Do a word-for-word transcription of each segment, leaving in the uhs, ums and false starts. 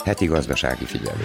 Heti gazdasági figyelő.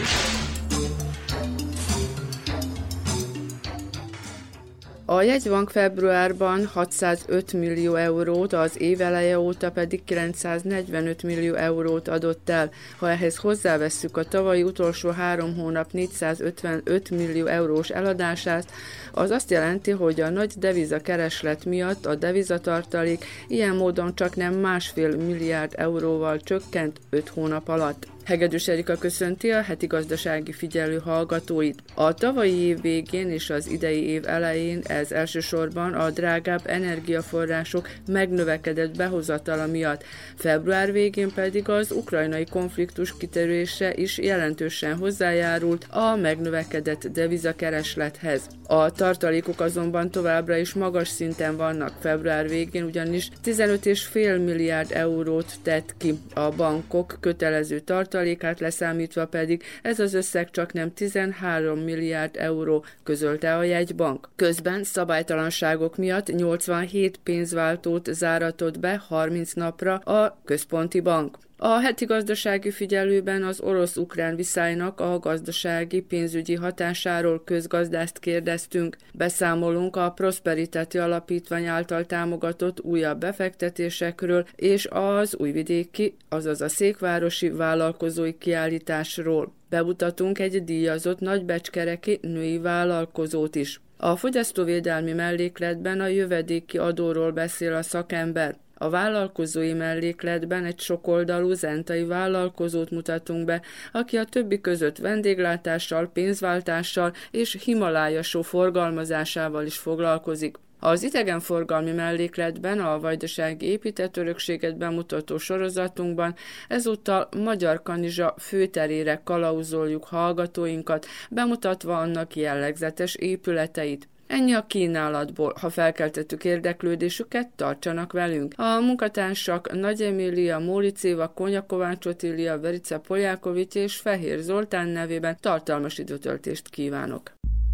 A jegybank februárban hatszázöt millió eurót, az év eleje óta pedig kilencszáznegyvenöt millió eurót adott el. Ha ehhez hozzávesszük a tavalyi utolsó három hónap négyszázötvenöt millió eurós eladását, az azt jelenti, hogy a nagy devizakereslet miatt a devizatartalék ilyen módon csak nem másfél milliárd euróval csökkent öt hónap alatt. Hegedűs Erika köszönti a heti gazdasági figyelő hallgatóit. A tavalyi év végén és az idei év elején ez elsősorban a drágább energiaforrások megnövekedett behozatala miatt. Február végén pedig az ukrajnai konfliktus kitörése is jelentősen hozzájárult a megnövekedett devizakereslethez. A tartalékok azonban továbbra is magas szinten vannak. Február végén ugyanis tizenöt egész öt milliárd eurót tett ki, a bankok kötelező tartalékát leszámítva pedig ez az összeg csak nem tizenhárom milliárd euró, közölte a jegybank. Közben szabálytalanságok miatt nyolcvanhét pénzváltót záratott be harminc napra a központi bank. A heti gazdasági figyelőben az orosz-ukrán viszálynak a gazdasági pénzügyi hatásáról közgazdászt kérdeztünk. Beszámolunk a Prosperitáti Alapítvány által támogatott újabb befektetésekről és az újvidéki, azaz a székvárosi vállalkozói kiállításról. Bemutatunk egy díjazott nagybecskereki női vállalkozót is. A fogyasztóvédelmi mellékletben a jövedéki adóról beszél a szakember. A vállalkozói mellékletben egy sokoldalú zentai vállalkozót mutatunk be, aki a többi között vendéglátással, pénzváltással és Himalája só forgalmazásával is foglalkozik. Az idegenforgalmi mellékletben a vajdasági épített örökséget bemutató sorozatunkban ezúttal Magyar Kanizsa főterére kalauzoljuk hallgatóinkat, bemutatva annak jellegzetes épületeit. Ennyi a kínálatból. Ha felkeltettük érdeklődésüket, tartsanak velünk. A munkatársak Nagy Emília, Móric Éva, Konya Kovács Otília, Verica Poljákovics és Fehér Zoltán nevében tartalmas időtöltést kívánok.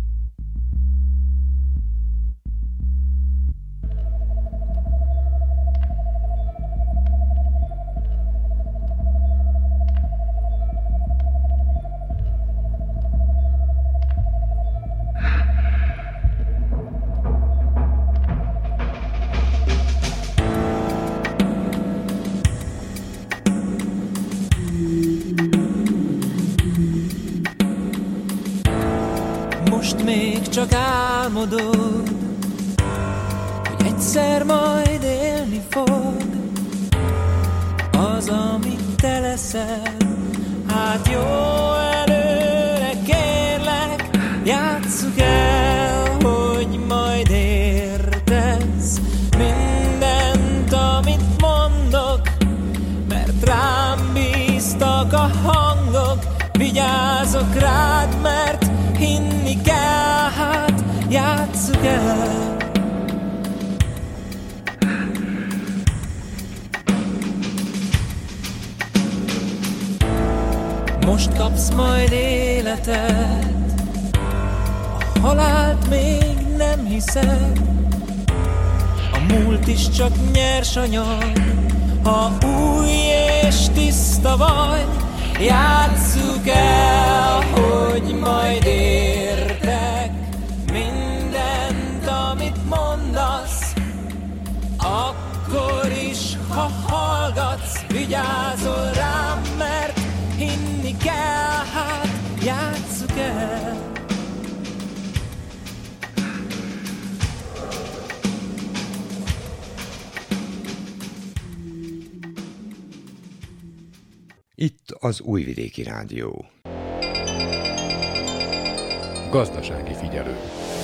Még csak álmodod, hogy egyszer majd élni fog az, amit te leszel. Hát jó, előre kérlek, játsszuk el, hogy majd értesz mindent, amit mondok, mert rám bíztak a hangok. Vigyázok rád, mert hinni kell, hát játsszuk el. Most kapsz majd életet, a halált még nem hiszed, a múlt is csak nyersanyag, ha új és tiszta vagy. Játsszuk el, hogy majd értek mindent, amit mondasz, akkor is, ha hallgatsz, vigyázol rám, mert hinni kell, hát játsszuk el. Itt az Újvidéki Rádió. Gazdasági figyelő.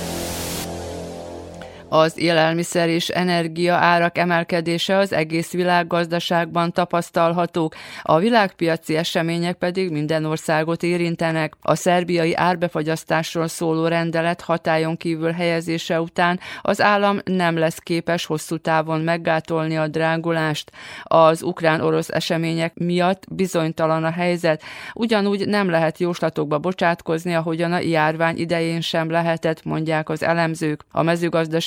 Az élelmiszer és energia árak emelkedése az egész világgazdaságban tapasztalhatók, a világpiaci események pedig minden országot érintenek. A szerbiai árbefagyasztásról szóló rendelet hatályon kívül helyezése után az állam nem lesz képes hosszú távon meggátolni a drágulást. Az ukrán-orosz események miatt bizonytalan a helyzet, ugyanúgy nem lehet jóslatokba bocsátkozni, ahogyan a járvány idején sem lehetett, mondják az elemzők. A mezőgazdaság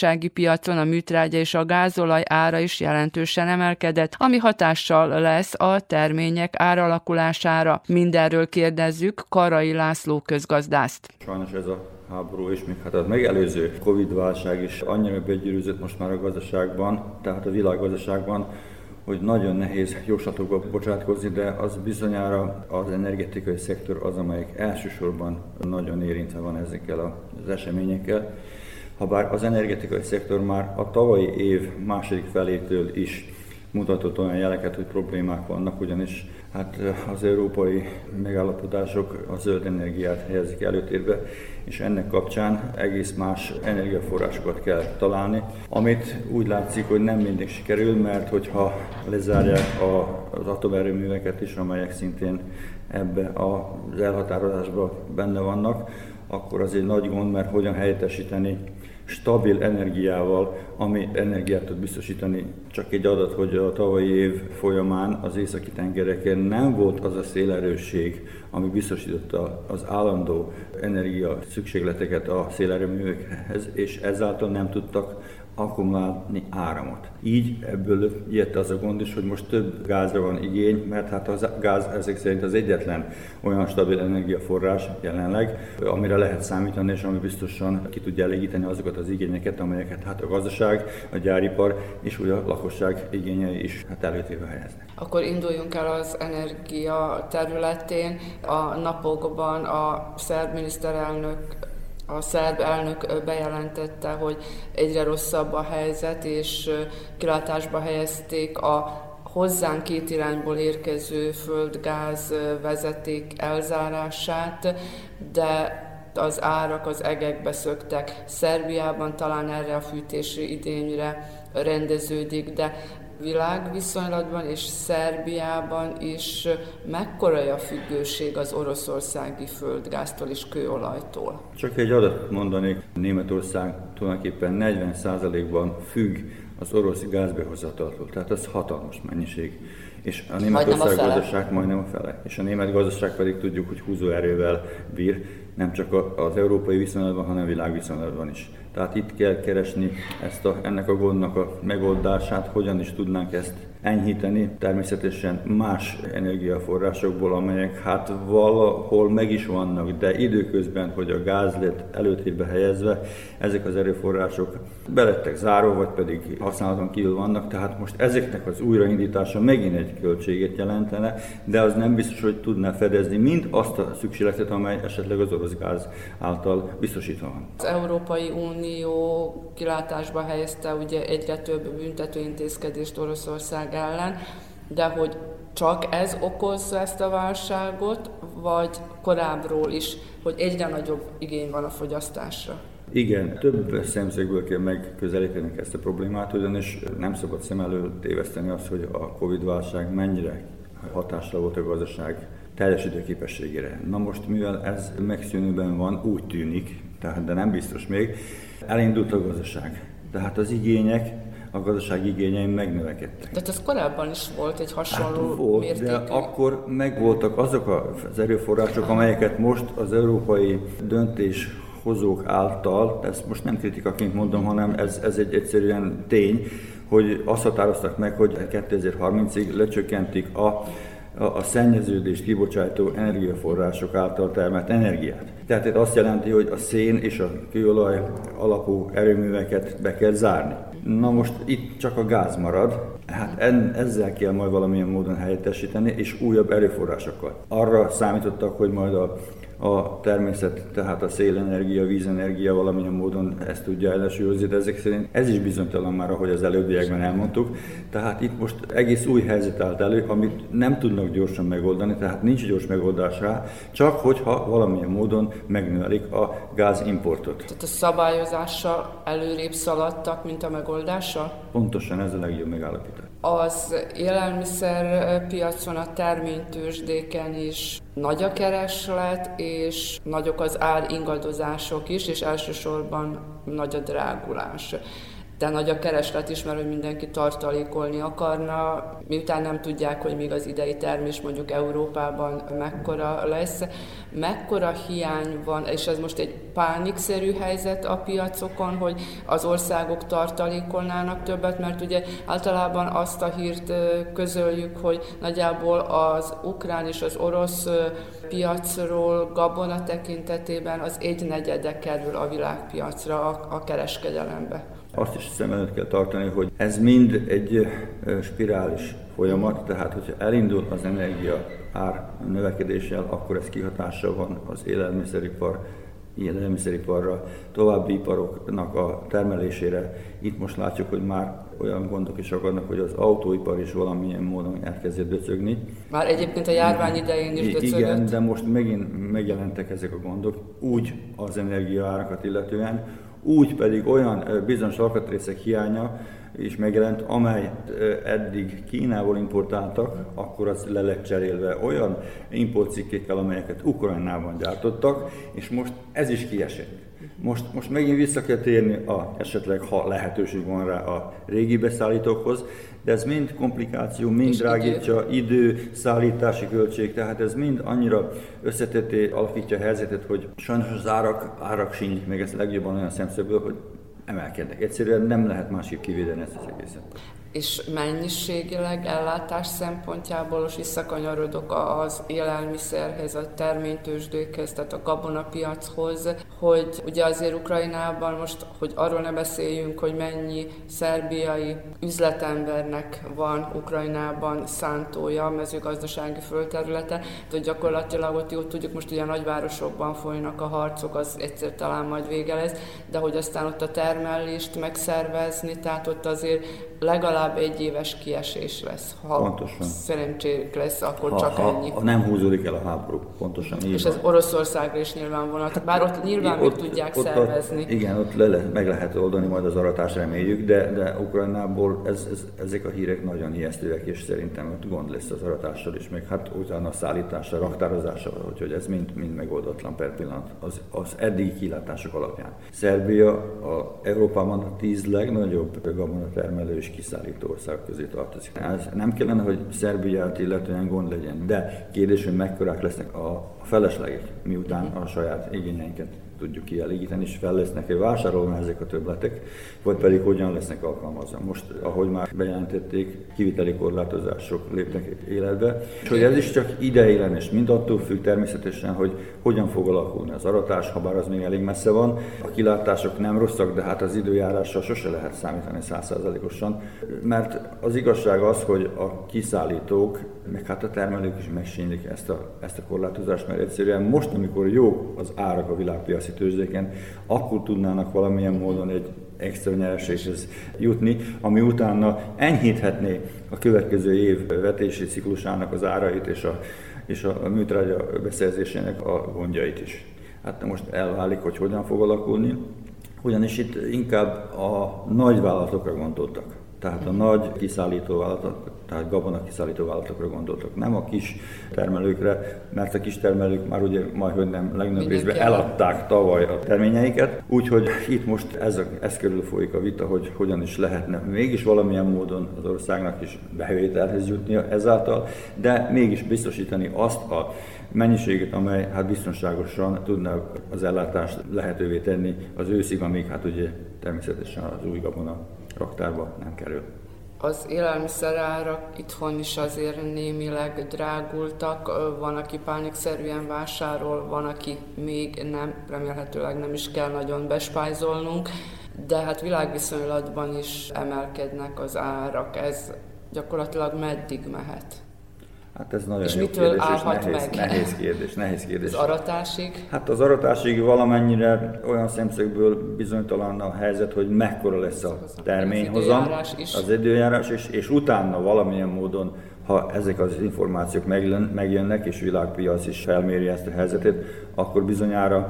gazdasági piacon a műtrágya és a gázolaj ára is jelentősen emelkedett, ami hatással lesz a termények áralakulására. Mindenről kérdezzük Karai László közgazdászt. Sajnos ez a háború és még hát a megelőző Covid-válság is annyira begyűrűzött most már a gazdaságban, tehát a világgazdaságban, hogy nagyon nehéz jóslatokba bocsátkozni, de az bizonyára az energetikai szektor az, amelyik elsősorban nagyon érintve van ezekkel az eseményekkel. Habár az energetikai szektor már a tavalyi év második felétől is mutatott olyan jeleket, hogy problémák vannak, ugyanis hát az európai megállapodások a zöld energiát helyezik előtérbe, és ennek kapcsán egész más energiaforrásokat kell találni, amit úgy látszik, hogy nem mindig sikerül, mert hogyha lezárják az atomerőműveket is, amelyek szintén ebbe az elhatározásban benne vannak, akkor az egy nagy gond, mert hogyan helyettesíteni stabil energiával, ami energiát tud biztosítani. Csak egy adat, hogy a tavalyi év folyamán az északi tengereken nem volt az a szélerősség, ami biztosította az állandó energia szükségleteket a szélerőművekhez, és ezáltal nem tudtak akkumulálni áramot. Így ebből jött az a gond is, hogy most több gázra van igény, mert hát a gáz ezek szerint az egyetlen olyan stabil energiaforrás jelenleg, amire lehet számítani, és ami biztosan ki tudja elégíteni azokat az igényeket, amelyeket hát a gazdaság, a gyáripar és úgy a lakosság igényei is hát előtérbe helyeznek. Akkor induljunk el az energia területén. A napokban a szerb miniszterelnök A szerb elnök bejelentette, hogy egyre rosszabb a helyzet, és kilátásba helyezték a hozzánk két irányból érkező földgáz vezeték elzárását, de az árak az egekbe szöktek. Szerbiában talán erre a fűtési idényre rendeződik, de világviszonylatban és Szerbiában is mekkora a függőség az oroszországi földgáztól és kőolajtól? Csak egy adat mondanék, Németország tulajdonképpen negyven százalékban függ az orosz gázbehozataltól, tehát ez hatalmas mennyiség. És a Németország gazdaság majdnem a fele. És a német gazdaság pedig tudjuk, hogy húzóerővel bír, nem csak az európai viszonylatban, hanem a világviszonylatban is. Tehát itt kell keresni ezt a, ennek a gondnak a megoldását, hogyan is tudnánk ezt enyhíteni, természetesen más energiaforrásokból, amelyek hát valahol meg is vannak, de időközben, hogy a gáz lett előtérbe helyezve, ezek az erőforrások belettek zárva, vagy pedig használaton kívül vannak, tehát most ezeknek az újraindítása megint egy költséget jelentene, de az nem biztos, hogy tudná fedezni mind azt a szükségletet, amely esetleg az orosz gáz által biztosítva van. Az Európai Unió kilátásba helyezte ugye egyre több büntetőintézkedést Oroszország ellen, de hogy csak ez okozza ezt a válságot, vagy korábbról is, hogy egyre nagyobb igény van a fogyasztásra? Igen, több szemszögből kell megközelíteni ezt a problémát, ugyanis nem szabad szem elől téveszteni azt, hogy a Covid-válság mennyire hatással volt a gazdaság teljes időképességére. Na most, mivel ez megszűnőben van, úgy tűnik, tehát de nem biztos még, elindult a gazdaság. Tehát az igények, a gazdasági igényeim megnövekedtek. De ez korábban is volt egy hasonló hát volt, mértékű. De akkor megvoltak azok az erőforrások, amelyeket most az európai döntéshozók által, ezt most nem kritikaként mondom, hanem ez, ez egy egyszerűen tény, hogy azt határoztak meg, hogy kétezer-harmincig lecsökkentik a a szennyeződést kibocsátó energiaforrások által termelt energiát. Tehát ez azt jelenti, hogy a szén és a kőolaj alapú erőműveket be kell zárni. Na most itt csak a gáz marad, hát ezzel kell majd valamilyen módon helyettesíteni, és újabb erőforrásokkal. Arra számítottak, hogy majd a a természet, tehát a szélenergia, vízenergia valamilyen módon ezt tudja ellensúlyozni, de ezek szerint ez is bizonytalan már, ahogy az előbbiekben elmondtuk. Tehát itt most egész új helyzet állt elő, amit nem tudnak gyorsan megoldani, tehát nincs gyors megoldás rá, csak hogyha valamilyen módon megnövelik a gázimportot. Tehát a szabályozással előrébb szaladtak, mint a megoldással? Pontosan ez a legjobb megállapítás. Az élelmiszerpiacon, a terménytőzsdéken is nagy a kereslet, és nagyok az ár ingadozások is, és elsősorban nagy a drágulás. de nagy a kereslet is, mert hogy mindenki tartalékolni akarna, miután nem tudják, hogy még az idei termés mondjuk Európában mekkora lesz. Mekkora hiány van, és ez most egy pánikszerű helyzet a piacokon, hogy az országok tartalékolnának többet, mert ugye általában azt a hírt közöljük, hogy nagyjából az ukrán és az orosz piacról gabona tekintetében az egynegyede kerül a világpiacra, a, a kereskedelembe. Azt is szem előtt kell tartani, hogy ez mind egy spirális folyamat, tehát hogyha elindul az energia ár növekedéssel, akkor ez kihatással van az élelmiszeripar, élelmiszeriparra, további iparoknak a termelésére. Itt most látjuk, hogy már olyan gondok is akadnak, hogy az autóipar is valamilyen módon elkezdje döcögni. Már egyébként a járvány idején is döcögött. Igen, de most megint megjelentek ezek a gondok, úgy az energiaárakat illetően, úgy pedig olyan bizonyos alkatrészek hiánya is megjelent, amelyet eddig Kínából importáltak, akkor az le lett cserélve olyan importcikkekkel, amelyeket Ukrajnában gyártottak, és most ez is kiesett. Most, most megint vissza kell térni, a, esetleg ha lehetőség van rá, a régi beszállítókhoz, de ez mind komplikáció, mind drágítja, idő, szállítási költség, tehát ez mind annyira összetetté alakítja a helyzetet, hogy sajnos az árak, árak sínylik meg ezt legjobban olyan szemszögből, hogy emelkednek. Egyszerűen nem lehet másképp kivédeni ezt az egészet. És mennyiségileg, ellátás szempontjából is visszakanyarodok az élelmiszerhez, a terménytőzsdékhez, tehát a gabonapiachoz, hogy ugye azért Ukrajnában most, hogy arról ne beszéljünk, hogy mennyi szerbiai üzletembernek van Ukrajnában szántója, mezőgazdasági földterülete, hogy gyakorlatilag ott jó tudjuk, most ugye a nagyvárosokban folynak a harcok, az egyszer talán majd vége lesz, de hogy aztán ott a termelést megszervezni, tehát ott azért legalább egy éves kiesés lesz. Ha pontosan. Szerencséjük lesz, akkor ha, csak ha, ennyi. Ha nem húzódik el a háború, pontosan így És van. ez Oroszországra is nyilván vonat. Bár ott nyilván ott, meg tudják ott szervezni. A, igen, ott le, le, meg lehet oldani majd az aratást, reméljük, de, de Ukrajnából ez, ez, ezek a hírek nagyon ijesztőek, és szerintem ott gond lesz az aratással is, meg hát utána a szállítással, raktározással, úgyhogy ez mind, mind megoldatlan per pillanat az, az eddigi kilátások alapján. Szerbia a Európában a tíz legnagyobb gabonatermelő és kiszállító ország közé tartozik. Ez nem kellene, hogy Szerbiát illetően gond legyen, de kérdés, hogy mekkorák lesznek a feleslegek, miután a saját igényeinket tudjuk kielégíteni, és fel lesznek-e vásárolni ezek a többletek, vagy pedig hogyan lesznek alkalmazva. Most, ahogy már bejelentették, kiviteli korlátozások lépnek életbe, és hogy ez is csak ideiglenes, mind attól függ természetesen, hogy hogyan fog alakulni az aratás, ha bár az még elég messze van. A kilátások nem rosszak, de hát az időjárással sose lehet számítani száz százalékosan, mert az igazság az, hogy a kiszállítók, meg hát a termelők is megsínlik ezt a, ezt a korlátozást, mert egyszerűen most, amikor jó az árak a világpiaci tőzsdéken, akkor tudnának valamilyen módon egy extra nyereséghez jutni, ami utána enyhíthetné a következő év vetési ciklusának az árait és a, és a műtrágya beszerzésének a gondjait is. Hát most elválik, hogy hogyan fog alakulni, ugyanis itt inkább a nagyvállalatokra gondoltak. Tehát a nagy kiszállítóvállalatok, tehát gabona kiszállítóvállalatokra gondoltak, nem a kis termelőkre, mert a kis termelők már ugye majdhogy nem legnagyobb részben eladták tavaly a terményeiket, úgyhogy itt most ez, a, ez körül folyik a vita, hogy hogyan is lehetne mégis valamilyen módon az országnak is bevételhez jutnia ezáltal, de mégis biztosítani azt a mennyiséget, amely hát biztonságosan tudna az ellátást lehetővé tenni az őszig, amíg hát ugye természetesen az új gabona raktárba nem kerül. Az élelmiszerárak itthon is azért némileg drágultak, van, aki pánikszerűen vásárol, van, aki még nem, remélhetőleg nem is kell nagyon bespájzolnunk, de hát világviszonylatban is emelkednek az árak, ez gyakorlatilag meddig mehet? Hát ez nagyon és jó mitől kérdés, állhat és nehéz, meg? nehéz kérdés, nehéz kérdés. Az aratásig? Hát az aratásig valamennyire olyan szemszögből bizonytalan a helyzet, hogy mekkora lesz a terményhozam, az időjárás is, és utána valamilyen módon, ha ezek az információk megjönnek, és világpiac is felméri ezt a helyzetet, akkor bizonyára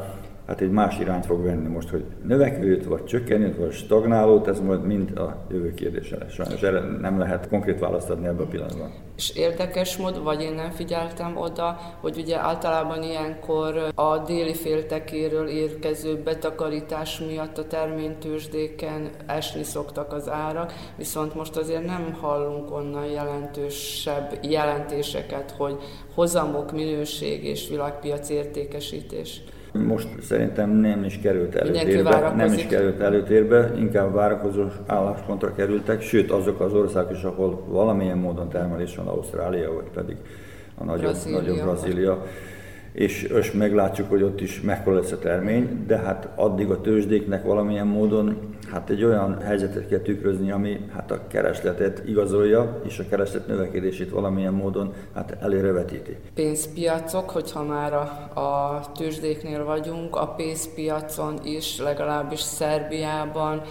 hát egy más irányt fog venni most, hogy növekvőt, vagy csökkenőt, vagy stagnálót, ez majd mind a jövő kérdése lesz. Sajnos erre nem lehet konkrét választ adni ebben a pillanatban. És érdekes mód, vagy én nem figyeltem oda, hogy ugye általában ilyenkor a déli féltekéről érkező betakarítás miatt a terménytőzsdéken esni szoktak az árak, viszont most azért nem hallunk onnan jelentősebb jelentéseket, hogy hozamok, minőség és világpiac értékesítés. Most szerintem nem is került előtérbe, nem is került előtérbe, inkább várakozó álláspontra kerültek, sőt azok az országok is, ahol valamilyen módon termelés van, Ausztrália, vagy pedig a nagyobb Brazília. Nagyobb Brazília. És, és meglátjuk, hogy ott is mekkora lesz a termény, de hát addig a tőzsdéknek valamilyen módon hát egy olyan helyzetet kell tükrözni, ami hát a keresletet igazolja, és a kereslet növekedését valamilyen módon hát előrevetíti. Pénzpiacok, hogyha már a, a tőzsdéknél vagyunk, a pénzpiacon is, legalábbis Szerbiában,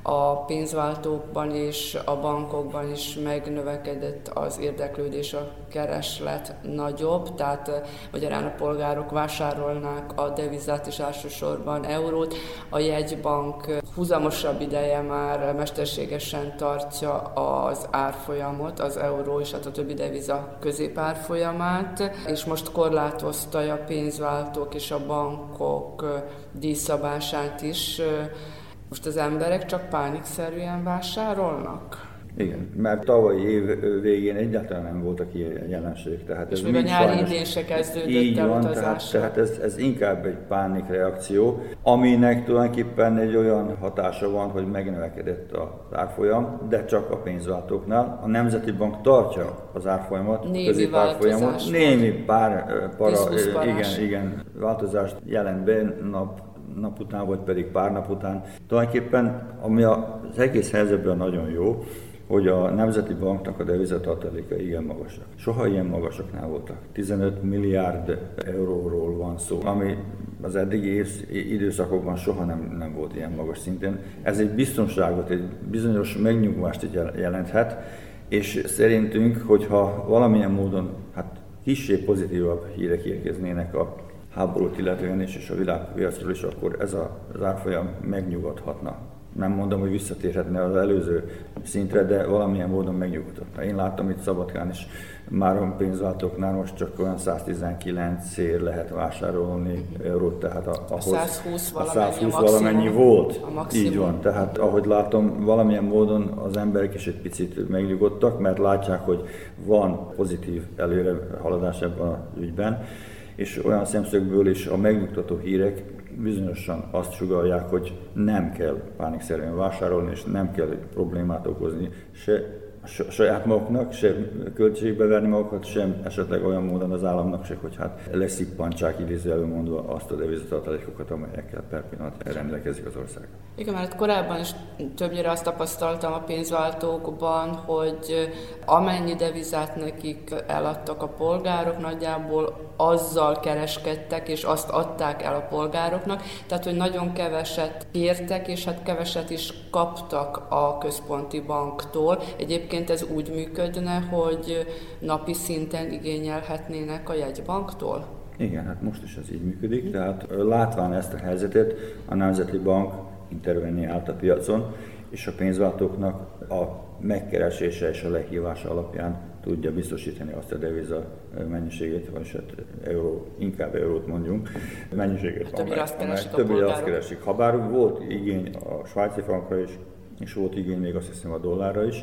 a pénzváltókban és a bankokban is megnövekedett az érdeklődés, a kereslet nagyobb, tehát magyarán a polgárok vásárolnák a devizát és elsősorban eurót. A jegybank húzamosabb ideje már mesterségesen tartja az árfolyamot, az euró és hát a többi deviza középárfolyamát, és most korlátozta a pénzváltók és a bankok díjszabását is. Most az emberek csak pánikszerűen vásárolnak? Igen, mert tavalyi év végén egyáltalán nem voltak ilyen jelenség. Tehát és ez még a nyári idén se kezdődött így el van, utazásra. Tehát, tehát ez, ez inkább egy pánikreakció, aminek tulajdonképpen egy olyan hatása van, hogy megnövekedett az árfolyam, de csak a pénzváltóknál. A Nemzeti Bank tartja az árfolyamat, némi középárfolyamot. Némi pár para, igen, igen, változást jelent be nap nap után, vagy pedig pár nap után. Tulajdonképpen, ami az egész helyzetben nagyon jó, hogy a Nemzeti Banknak a devizatartaléka igen magasak. Soha ilyen magasaknál voltak. tizenöt milliárd euróról van szó, ami az eddigi időszakokban soha nem, nem volt ilyen magas szinten. Ez egy biztonságot, egy bizonyos megnyugvást jelenthet, és szerintünk, hogyha valamilyen módon hát kissé pozitívabb hírek érkeznének a háborút illetően is, és a világpiacról is, akkor ez az árfolyam megnyugodhatna. Nem mondom, hogy visszatérhetne az előző szintre, de valamilyen módon megnyugodhatna. Én láttam itt Szabadkán is, már a pénzváltóknál most csak olyan száztizenkilencért lehet vásárolni eurót, tehát a, ahhoz, százhúsz a százhúsz valamennyi volt. Így van, tehát ahogy látom, valamilyen módon az emberek is egy picit megnyugodtak, mert látják, hogy van pozitív előrehaladás ebben a ügyben, és olyan szemszögből is a megnyugtató hírek bizonyosan azt sugallják, hogy nem kell pánikszerűen vásárolni, és nem kell problémát okozni se saját maguknak, se költségbe verni magukat, sem esetleg olyan módon az államnak se, hogy hát leszippantsák idézőjelben mondva azt a devizatartalékokat, amelyekkel per pillanat rendelkezik az ország. Igen, mert korábban is többnyire azt tapasztaltam a pénzváltókban, hogy amennyi devizát nekik eladtak a polgárok, nagyjából azzal kereskedtek, és azt adták el a polgároknak, tehát hogy nagyon keveset kértek, és hát keveset is kaptak a központi banktól. Egyébként ez úgy működne, hogy napi szinten igényelhetnének a jegybanktól? Igen, hát most is ez így működik, tehát látván ezt a helyzetet, a Nemzeti Bank interveniált a piacon, és a pénzváltóknak a megkeresése és a lehívása alapján tudja biztosítani azt a deviza mennyiségét, vagy hát euró, inkább eurót mondjunk, mennyiséget. Többnyire azt keresik a többnyire azt keresik. Habár volt igény a svájci frankra is, és volt igény még azt hiszem a dollárra is,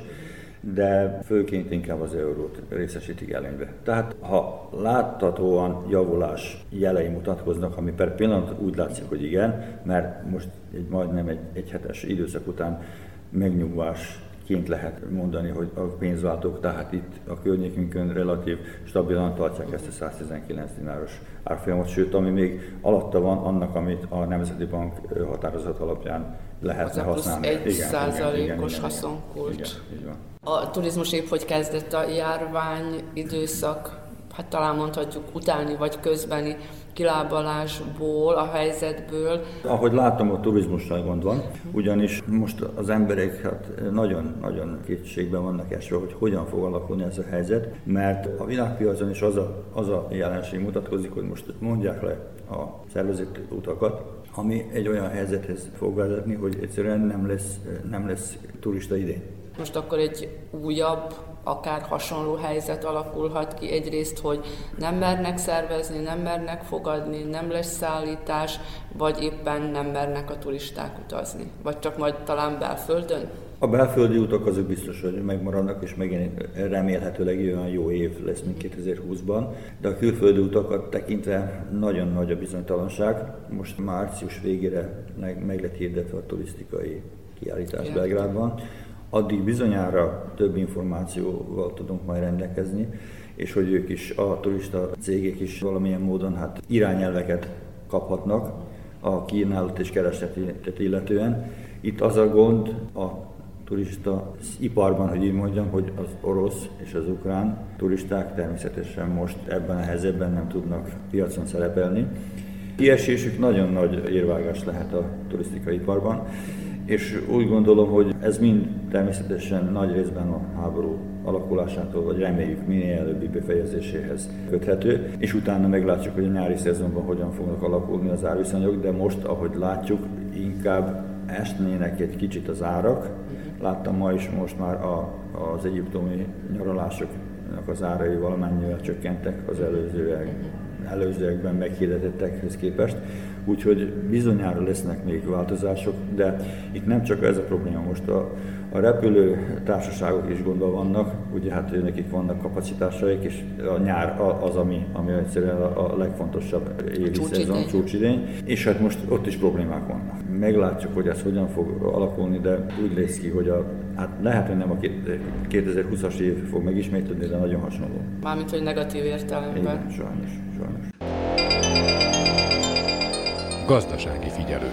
de főként inkább az eurót részesítik előnybe. Tehát ha láthatóan javulás jelei mutatkoznak, ami per pillanat úgy látszik, hogy igen, mert most egy majdnem egy, egy hetes időszak után megnyugvásként lehet mondani, hogy a pénzváltók, tehát itt a környékünkön relatív stabilan tartják ezt a száztizenkilenc dináros árfolyamot, sőt, ami még alatta van annak, amit a Nemzeti Bank határozat alapján lehetne használni. Az a plusz egy százalékos haszonkult. Igen, így van. A turizmus épp hogy kezdett a járvány időszak hát talán mondhatjuk utáni vagy közbeni kilábalásból, a helyzetből. Ahogy látom, a turizmussal gond van, ugyanis most az emberek hát nagyon-nagyon kétségben vannak esve, hogy hogyan fog alakulni ez a helyzet, mert a világpiacon is az a, az a jelenség mutatkozik, hogy most mondják le a szervezett utakat, ami egy olyan helyzethez fog vezetni, hogy egyszerűen nem lesz, nem lesz turista idén. Most akkor egy újabb, akár hasonló helyzet alakulhat ki. Egyrészt, hogy nem mernek szervezni, nem mernek fogadni, nem lesz szállítás, vagy éppen nem mernek a turisták utazni. Vagy csak majd talán belföldön? A belföldi utak azok biztos, hogy megmaradnak, és megint remélhetőleg olyan jó év lesz, mint kétezer-húszban, de a külföldi utakat tekintve nagyon nagy a bizonytalanság. Most március végére meg, meg lett hirdetve a turisztikai kiállítás Belgrádban. Addig bizonyára több információval tudunk majd rendelkezni, és hogy ők is, a turista cégek is valamilyen módon hát irányelveket kaphatnak a kínálat és keresletet illetően. Itt az a gond a turista iparban, hogy így mondjam, hogy az orosz és az ukrán turisták természetesen most ebben a helyzetben nem tudnak piacon szerepelni. Kiesésük nagyon nagy érvágás lehet a turisztikai iparban, és úgy gondolom, hogy ez mind természetesen nagy részben a háború alakulásától, vagy reméljük minél előbbi befejezéséhez köthető, és utána meglátjuk, hogy a nyári szezonban hogyan fognak alakulni az árviszonyok, de most, ahogy látjuk, inkább esnének egy kicsit az árak. Láttam ma is, most már a, az egyiptomi nyaralásoknak az árai valamennyivel csökkentek az előzőek, előzőekben meghirdetettekhez képest. Úgyhogy bizonyára lesznek még változások, de itt nem csak ez a probléma, most a, a repülő társaságok is gondol vannak, ugye hát nekik vannak kapacitásaik, és a nyár az, ami, ami egyszerűen a legfontosabb évi szezon, csúcsidény, és hát most ott is problémák vannak. Meglátjuk, hogy ez hogyan fog alakulni, de úgy lesz ki, hogy a, hát lehet, hogy nem a kétezer-húszas év fog megismétlődni, de nagyon hasonló. Mármint, hogy negatív értelemben. Igen, sajnos, sajnos. Gazdasági figyelő.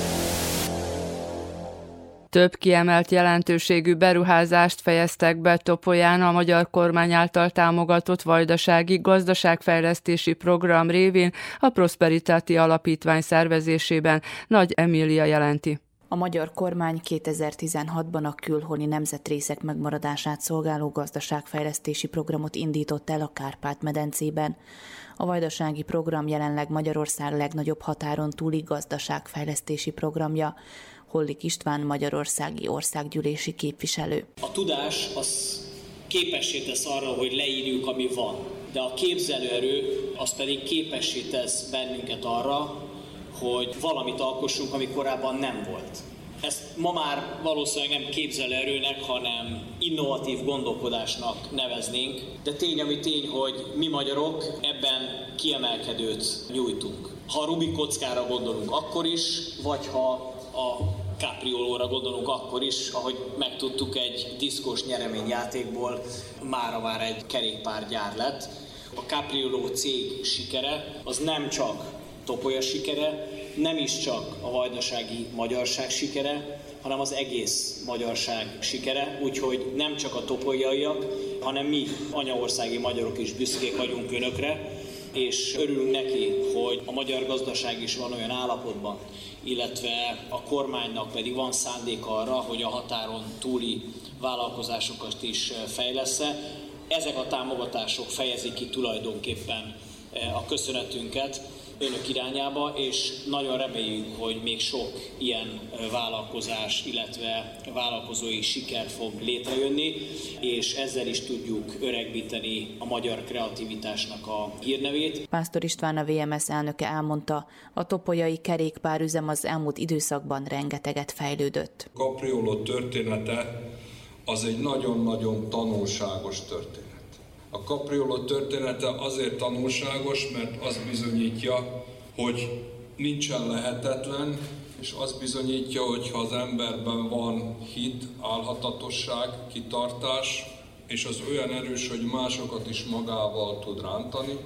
Több kiemelt jelentőségű beruházást fejeztek be Topolyán a magyar kormány által támogatott vajdasági gazdaságfejlesztési program révén a Prosperitáti Alapítvány szervezésében. Nagy Emília jelenti. A magyar kormány kétezer-tizenhatban a külhoni nemzetrészek megmaradását szolgáló gazdaságfejlesztési programot indított el a Kárpát-medencében. A vajdasági program jelenleg Magyarország legnagyobb határon túli gazdaságfejlesztési programja. Hollik István magyarországi országgyűlési képviselő. A tudás az képessé tesz arra, hogy leírjuk, ami van, de a képzelőerő az pedig képessé tesz bennünket arra, hogy valamit alkossunk, ami korábban nem volt. Ezt ma már valószínűleg nem képzelőerőnek, hanem innovatív gondolkodásnak neveznénk, de tény, ami tény, hogy mi magyarok ebben kiemelkedőt nyújtunk. Ha a Rubik kockára gondolunk, akkor is, vagy ha a Capriolóra gondolunk, akkor is, ahogy megtudtuk, egy diszkós nyereményjátékból mára már egy kerékpárgyár lett. A Caprioló cég sikere az nem csak Topolya sikere, nem is csak a vajdasági magyarság sikere, hanem az egész magyarság sikere, úgyhogy nem csak a topolyaiak, hanem mi anyaországi magyarok is büszkék vagyunk önökre, és örülünk neki, hogy a magyar gazdaság is van olyan állapotban, illetve a kormánynak pedig van szándék arra, hogy a határon túli vállalkozásokat is fejlessze. Ezek a támogatások fejezik ki tulajdonképpen a köszönetünket önök irányába, és nagyon reméljük, hogy még sok ilyen vállalkozás, illetve vállalkozói siker fog létrejönni, és ezzel is tudjuk öregbíteni a magyar kreativitásnak a hírnevét. Pásztor István, a vé em es elnöke elmondta, a topolyai kerékpárüzem az elmúlt időszakban rengeteget fejlődött. Caprioló története az egy nagyon-nagyon tanulságos történet. A Caprioló története azért tanulságos, mert az bizonyítja, hogy nincsen lehetetlen, és az bizonyítja, hogy ha az emberben van hit, álhatatosság, kitartás, és az olyan erős, hogy másokat is magával tud rántani,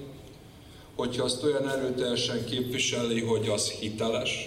hogyha azt olyan erőteljesen képviseli, hogy az hiteles,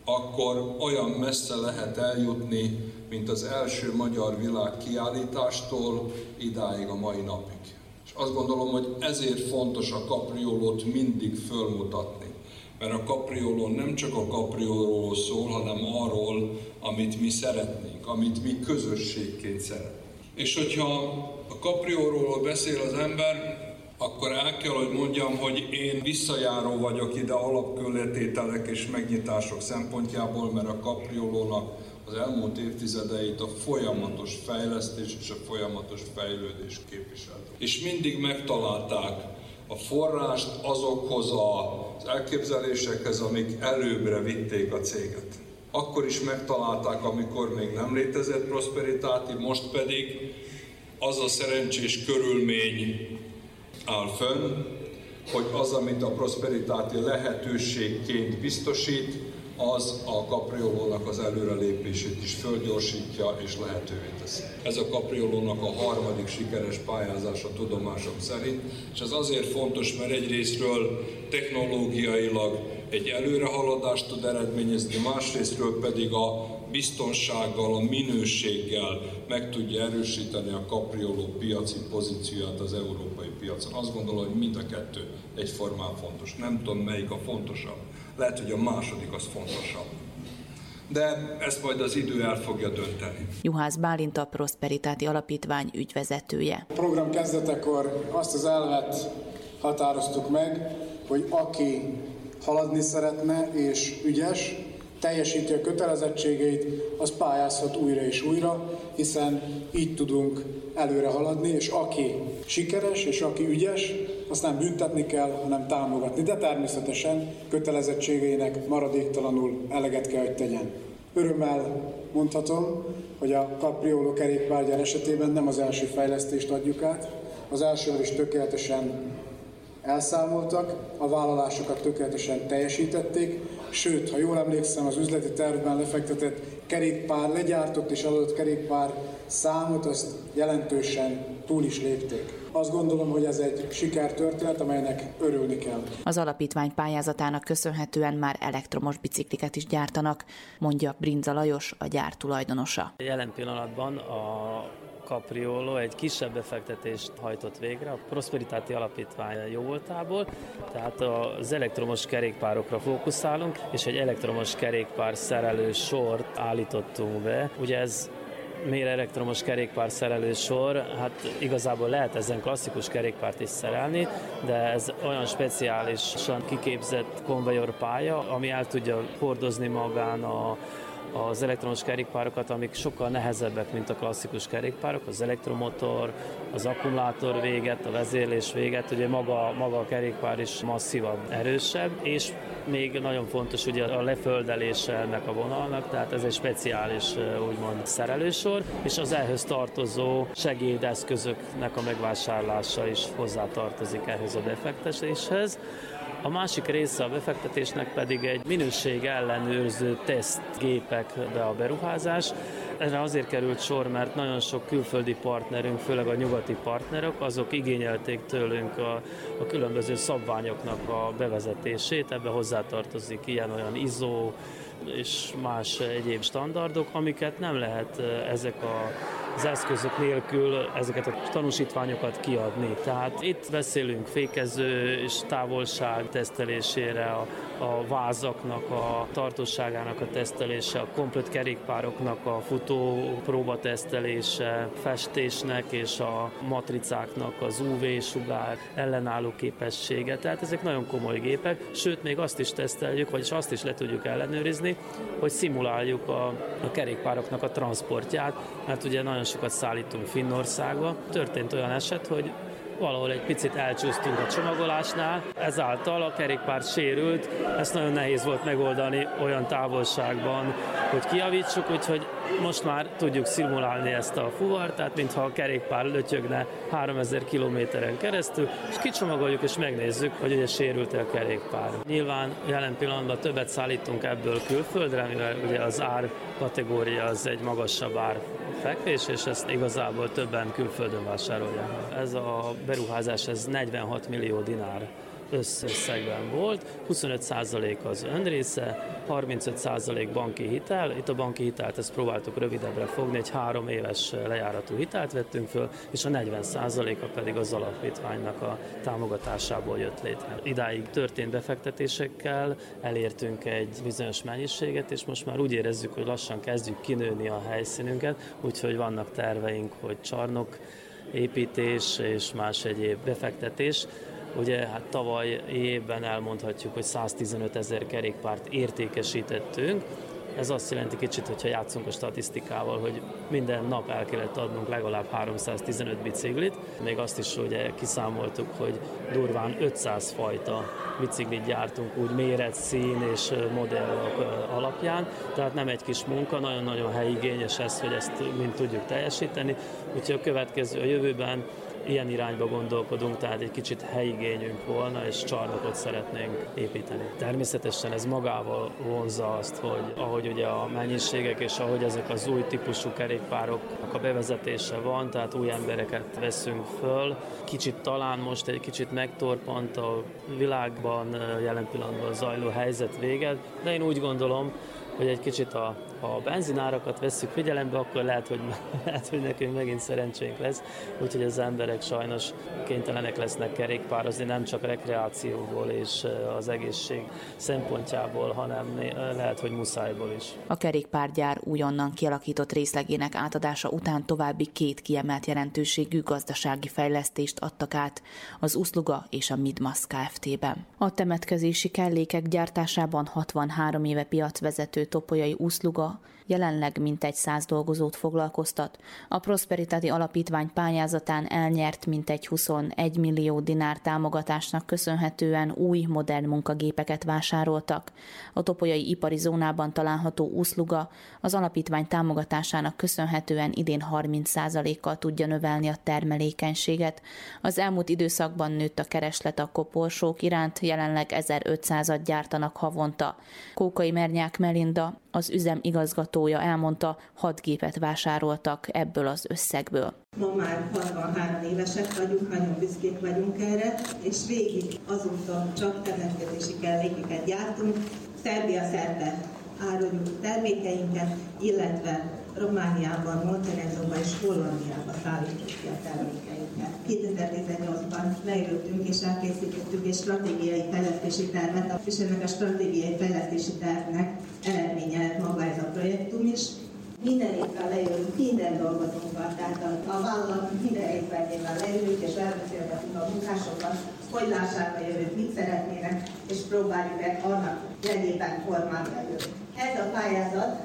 akkor olyan messze lehet eljutni, mint az első magyar világkiállítástól idáig a mai napig. És azt gondolom, hogy ezért fontos a kapriolót mindig fölmutatni. Mert a kaprioló nem csak a kapriolóról szól, hanem arról, amit mi szeretnénk, amit mi közösségként szeretnénk. És hogyha a kapriolóról beszél az ember, akkor el kell, hogy mondjam, hogy én visszajáró vagyok ide alapkőletételek és megnyitások szempontjából, mert a kapriolónak az elmúlt évtizedeit a folyamatos fejlesztés és a folyamatos fejlődés képviselt. És mindig megtalálták a forrást azokhoz az elképzelésekhez, amik előbbre vitték a céget. Akkor is megtalálták, amikor még nem létezett Prosperitáti, most pedig az a szerencsés körülmény áll fönn, hogy az, amit a Prosperitáti lehetőségként biztosít, az a kapriolónak az előrelépését is fölgyorsítja és lehetővé teszi. Ez a kapriolónak a harmadik sikeres pályázása tudomásom szerint, és ez azért fontos, mert egyrésztről technológiailag egy előrehaladást tud eredményezni, másrésztről pedig a biztonsággal, a minőséggel meg tudja erősíteni a kaprioló piaci pozícióját az európai piacon. Azt gondolom, hogy mind a kettő egyformán fontos. Nem tudom, melyik a fontosabb. Lehet, hogy a második az fontosabb. De ezt majd az idő el fogja dönteni. Juhász Bálint a Prosperitáti Alapítvány ügyvezetője. A program kezdetekor azt az elvet határoztuk meg, hogy aki haladni szeretne és ügyes, teljesíti a kötelezettségeit, az pályázhat újra és újra, hiszen így tudunk előre haladni, és aki sikeres és aki ügyes, azt nem büntetni kell, hanem támogatni, de természetesen kötelezettségeinek maradéktalanul eleget kell, hogy tegyen. Örömmel mondhatom, hogy a kaprioló kerékpárgyár esetében nem az első fejlesztést adjuk át, az elsővel is tökéletesen elszámoltak, a vállalásokat tökéletesen teljesítették, sőt, ha jól emlékszem, az üzleti tervben lefektetett kerékpár, legyártott és eladott kerékpár számot, azt jelentősen túl is lépték. Azt gondolom, hogy ez egy sikertörténet, amelynek örülni kell. Az alapítvány pályázatának köszönhetően már elektromos bicikliket is gyártanak, mondja Brinza Lajos, a gyár tulajdonosa. Jelen pillanatban a Capriolo egy kisebb befektetést hajtott végre a Prosperitáti Alapítvány jóvoltából, tehát az elektromos kerékpárokra fókuszálunk, és egy elektromos kerékpár szerelő sort állítottunk be. Ugye ez miért elektromos kerékpár szerelő sor? Hát igazából lehet ezen klasszikus kerékpárt is szerelni, de ez olyan speciálisan kiképzett konvejorpálya, ami el tudja hordozni magán a az elektromos kerékpárokat, amik sokkal nehezebbek, mint a klasszikus kerékpárok, az elektromotor, az akkumulátor véget, a vezérlés véget, ugye maga, maga a kerékpár is masszívabb, erősebb, és még nagyon fontos ugye a leföldelése ennek a vonalnak, tehát ez egy speciális úgymond szerelősor, és az ehhez tartozó segédeszközöknek a megvásárlása is hozzátartozik ehhez a befektetéshez. A másik része a befektetésnek pedig egy minőség ellenőrző tesztgépekbe a beruházás. Erre azért került sor, mert nagyon sok külföldi partnerünk, főleg a nyugati partnerek, azok igényelték tőlünk a, a különböző szabványoknak a bevezetését. Ebbe hozzátartozik ilyen-olyan I S O és más egyéb standardok, amiket nem lehet ezek a az eszközök nélkül ezeket a tanúsítványokat kiadni. Tehát itt beszélünk fékező és távolság tesztelésére, a, a vázaknak a tartóságának a tesztelése, a komplet kerékpároknak a futó próbatesztelése, festésnek és a matricáknak az U V-sugár ellenálló képessége. Tehát ezek nagyon komoly gépek, sőt még azt is teszteljük, vagyis azt is le tudjuk ellenőrizni, hogy szimuláljuk a, a kerékpároknak a transportját, mert ugye nagyon sokat szállítunk Finnországba. Történt olyan eset, hogy valahol egy picit elcsúsztunk a csomagolásnál, ezáltal a kerékpár sérült, ezt nagyon nehéz volt megoldani olyan távolságban, hogy kijavítsuk, úgyhogy most már tudjuk szimulálni ezt a fuvart, tehát mintha a kerékpár lötyögne háromezer kilométeren keresztül, és kicsomagoljuk és megnézzük, hogy ugye sérült-e a kerékpár. Nyilván jelen pillanatban többet szállítunk ebből külföldre, mivel ugye az ár kategória az egy magasabb árfekvés, és ezt igazából többen külföldön vásárolják. Ez a beruházás ez negyvenhat millió dinár összegben volt, huszonöt százalék az önrésze, harmincöt százalék banki hitel. Itt a banki hitelt ezt próbáltuk rövidebbre fogni, egy három éves lejáratú hitelt vettünk föl, és a negyven százaléka pedig az alapítványnak a támogatásából jött létre. Idáig történt befektetésekkel elértünk egy bizonyos mennyiséget, és most már úgy érezzük, hogy lassan kezdjük kinőni a helyszínünket, úgyhogy vannak terveink, hogy csarnok építés és más egyéb befektetés. Ugye hát tavaly évben elmondhatjuk, hogy száztizenöt ezer kerékpárt értékesítettünk. Ez azt jelenti kicsit, hogyha játszunk a statisztikával, hogy minden nap el kellett adnunk legalább háromszáztizenöt biciklit. Még azt is ugye kiszámoltuk, hogy durván ötszáz fajta biciklit gyártunk úgy méret, szín és modellok alapján. Tehát nem egy kis munka, nagyon-nagyon helyigényes ez, hogy ezt mind tudjuk teljesíteni. Úgyhogy a következő a jövőben ilyen irányba gondolkodunk, tehát egy kicsit helyigényünk volna, és csarnokot szeretnénk építeni. Természetesen ez magával vonzza azt, hogy ahogy ugye a mennyiségek és ahogy ezek az új típusú kerékpároknak a bevezetése van, tehát új embereket veszünk föl. Kicsit talán most egy kicsit megtorpant a világban jelen pillanatban zajló helyzet véget, de én úgy gondolom, hogy egy kicsit a, a benzinárakat vesszük figyelembe, akkor lehet hogy, lehet, hogy nekünk megint szerencsénk lesz, úgyhogy az emberek sajnos kénytelenek lesznek kerékpározni, nem csak rekreációból és az egészség szempontjából, hanem lehet, hogy muszájból is. A kerékpárgyár újonnan kialakított részlegének átadása után további két kiemelt jelentőségű gazdasági fejlesztést adtak át az Uszluga és a Midmasz Kft-ben. A temetkezési kellékek gyártásában hatvanhárom éve piacvezető Topolyai Uszluga jelenleg mintegy száz dolgozót foglalkoztat. A Prosperitáti Alapítvány pályázatán elnyert mintegy huszonegy millió dinár támogatásnak köszönhetően új, modern munkagépeket vásároltak. A topolyai ipari zónában található Uszluga az alapítvány támogatásának köszönhetően idén harminc százalékkal tudja növelni a termelékenységet. Az elmúlt időszakban nőtt a kereslet a koporsók iránt, jelenleg ezerötszázat gyártanak havonta. Kókai Mernyák Melinda, az üzem igazgatója elmondta, hat gépet vásároltak ebből az összegből. Ma már hatvanhárom évesek vagyunk, nagyon büszkék vagyunk erre, és végig azóta csak temetkezési kellékeket gyártunk. Szerbia szerte áruljuk termékeinket, illetve Romániában, Montenegróban és Hollandiában szállítjuk ki a termékeinket. kétezer-tizennyolcban leültünk és elkészítettük egy stratégiai fejlesztési tervet, és ennek a stratégiai fejlesztési tervnek eredménye lett maga ez a projektum is. Minden évvel leülünk, minden dolgozunkkal, tehát a, a vállalatunk minden évvel leülünk és elbeszélgetünk a munkásokat, hogy lássák a jövőt, mit szeretnének, és próbáljuk meg annak jegyében formát leülni. Ez a pályázat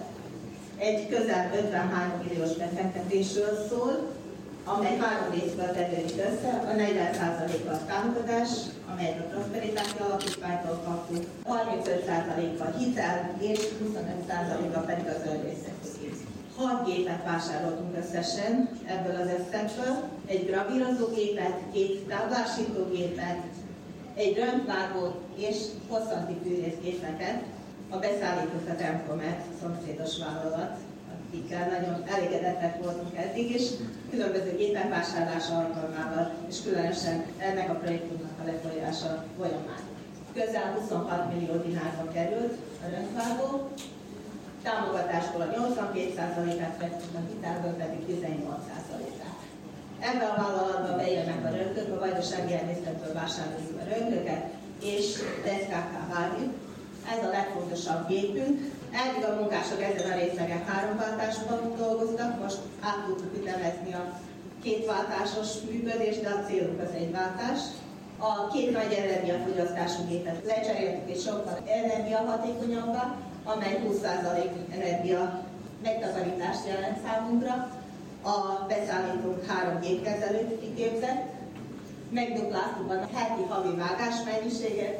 egy közel ötvenhárom milliós befektetésről szól, amely három részből tevődik össze, a negyven százalékkal támogatás, amelyet a Prosperitáti Alapítványtól kaptunk, harmincöt százalékkal hitel és huszonöt százalékkal pedig az önrészekről. Hat gépet vásároltunk összesen ebből az összegből, egy gravírozógépet, két táblásítógépet, egy röntvágót és hosszanti fűrészgépeket. A beszállított a Tempomet, szomszédos vállalat, akikkel nagyon elégedettek voltunk eddig, és különböző gépek vásárlása alkalmával, és különösen ennek a projektumnak a lefolyása folyamán. Közel huszonhat millió dinárba került a röntvágó, támogatásból a nyolcvankét százalékát vettünk, a hitelből pedig tizennyolc százalékát. Ebben a vállalatban bejönnek a röntgök, a Vajdasági Erdészettől vásároljuk a röntgöket, és deszkákká várjuk. Ez a legfontosabb gépünk. Eddig a munkások ezen a részegen háromváltásban dolgoztak, most át tudtuk ütemezni a kétváltásos működést, de a célunk az egyváltás. A két nagy energiafogyasztású gépet lecseréltük és sokkal energiahatékonyabbá, amely húsz százalék energia megtakarítást jelent számunkra. A beszállítónk három gépkezelőt kiképzett, megdupláztuk a heti havi vágás mennyiséget,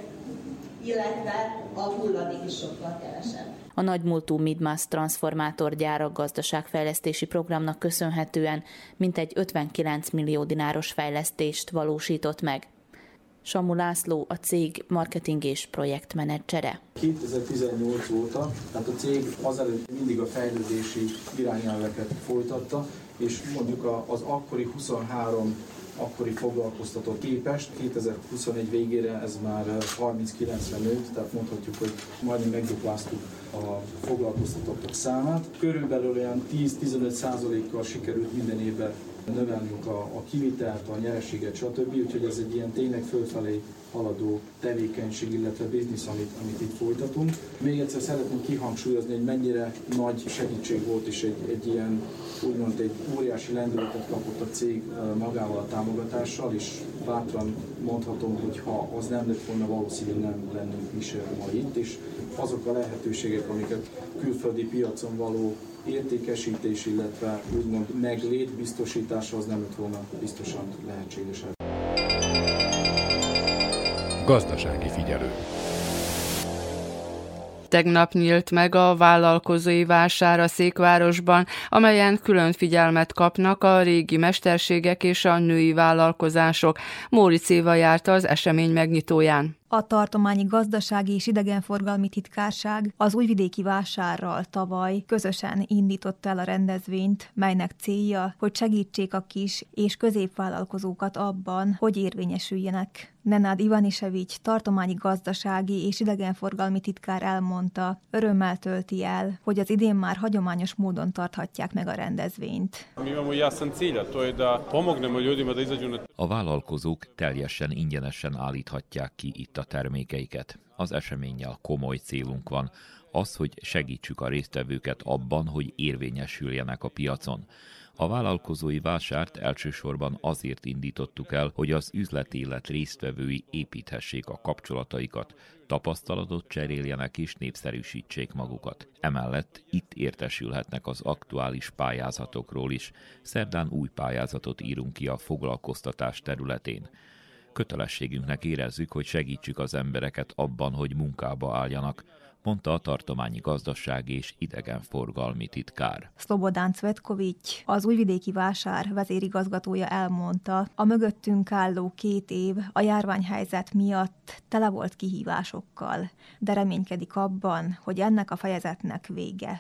illetve a hulladék is sokkal kevesebb. A nagymúltú Midmasz transformátorgyárak gazdaságfejlesztési programnak köszönhetően mintegy ötvenkilenc millió dináros fejlesztést valósított meg. Samu László, a cég marketing és projektmenedzsere. kétezer-tizennyolc óta, tehát a cég azelőtt mindig a fejlődési irányelveket folytatta, és mondjuk az akkori huszonhárom akkori foglalkoztatott képest. kétezer-huszonegy végére ez már harminckilencre nőtt, tehát mondhatjuk, hogy majdnem megdupláztuk a foglalkoztatottak számát. Körülbelül olyan tíz-tizenöt százalékkal sikerült minden évben növelnünk a, a kivitelt, a nyereséget, stb. Úgyhogy ez egy ilyen tényleg fölfelé haladó tevékenység, illetve biznisz, amit, amit itt folytatunk. Még egyszer szeretném kihangsúlyozni, hogy mennyire nagy segítség volt, és egy, egy ilyen, úgymond egy óriási lendületet kapott a cég magával a támogatással, és bátran mondhatom, hogy ha az nem lett volna, valószínűleg nem lennünk mi sem ma itt, és azok a lehetőségek, amiket külföldi piacon való értékesítés, illetve úgymond meglét biztosítása, az nem lett volna biztosan lehetséges. Gazdasági figyelő. Tegnap nyílt meg a vállalkozói vásár a Székvárosban, amelyen külön figyelmet kapnak a régi mesterségek és a női vállalkozások. Móricz Éva járt az esemény megnyitóján. A tartományi gazdasági és idegenforgalmi titkárság az újvidéki vásárral tavaly közösen indította el a rendezvényt, melynek célja, hogy segítsék a kis és középvállalkozókat abban, hogy érvényesüljenek. Nenad Ivanisevics tartományi gazdasági és idegenforgalmi titkár elmondta, örömmel tölti el, hogy az idén már hagyományos módon tarthatják meg a rendezvényt. A vállalkozók teljesen ingyenesen állíthatják ki itt a termékeiket. Az eseménnyel komoly célunk van, az, hogy segítsük a résztvevőket abban, hogy érvényesüljenek a piacon. A vállalkozói vásárt elsősorban azért indítottuk el, hogy az üzletélet résztvevői építhessék a kapcsolataikat, tapasztalatot cseréljenek és népszerűsítsék magukat. Emellett itt értesülhetnek az aktuális pályázatokról is. Szerdán új pályázatot írunk ki a foglalkoztatás területén. Kötelességünknek érezzük, hogy segítsük az embereket abban, hogy munkába álljanak, mondta a tartományi gazdasági és idegenforgalmi titkár. Szlobodán Cvetkovics, az újvidéki vásár vezérigazgatója elmondta, a mögöttünk álló két év a járványhelyzet miatt tele volt kihívásokkal, de reménykedik abban, hogy ennek a fejezetnek vége.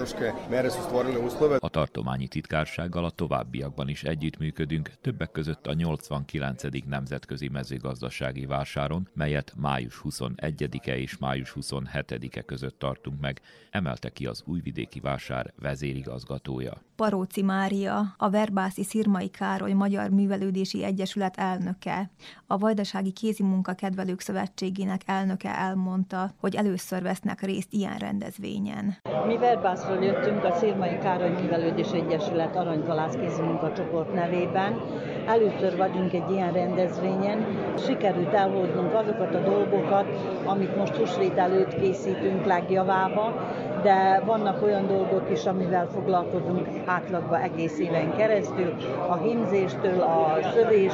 A tartományi titkársággal a továbbiakban is együttműködünk, többek között a nyolcvankilencedik nemzetközi mezőgazdasági vásáron, melyet május huszonegyedike és május huszonhetedike között tartunk meg, emelte ki az újvidéki vásár vezérigazgatója. Paróci Mária, a Verbászi Szirmai Károly Magyar Művelődési Egyesület elnöke, a Vajdasági Kézimunka Kedvelők Szövetségének elnöke elmondta, hogy először vesznek részt ilyen rendezvényen. Mi Verbászról jöttünk, a Szirmai Károly Művelődési Egyesület Aranykalász Kézimunka csoport nevében. Először vagyunk egy ilyen rendezvényen. Sikerült elhoznunk azokat a dolgokat, amit most húsvét előtt készítünk legjavába, de vannak olyan dolgok is, amivel foglalkozunk átlagban egész éven keresztül. A hímzéstől, a szövés,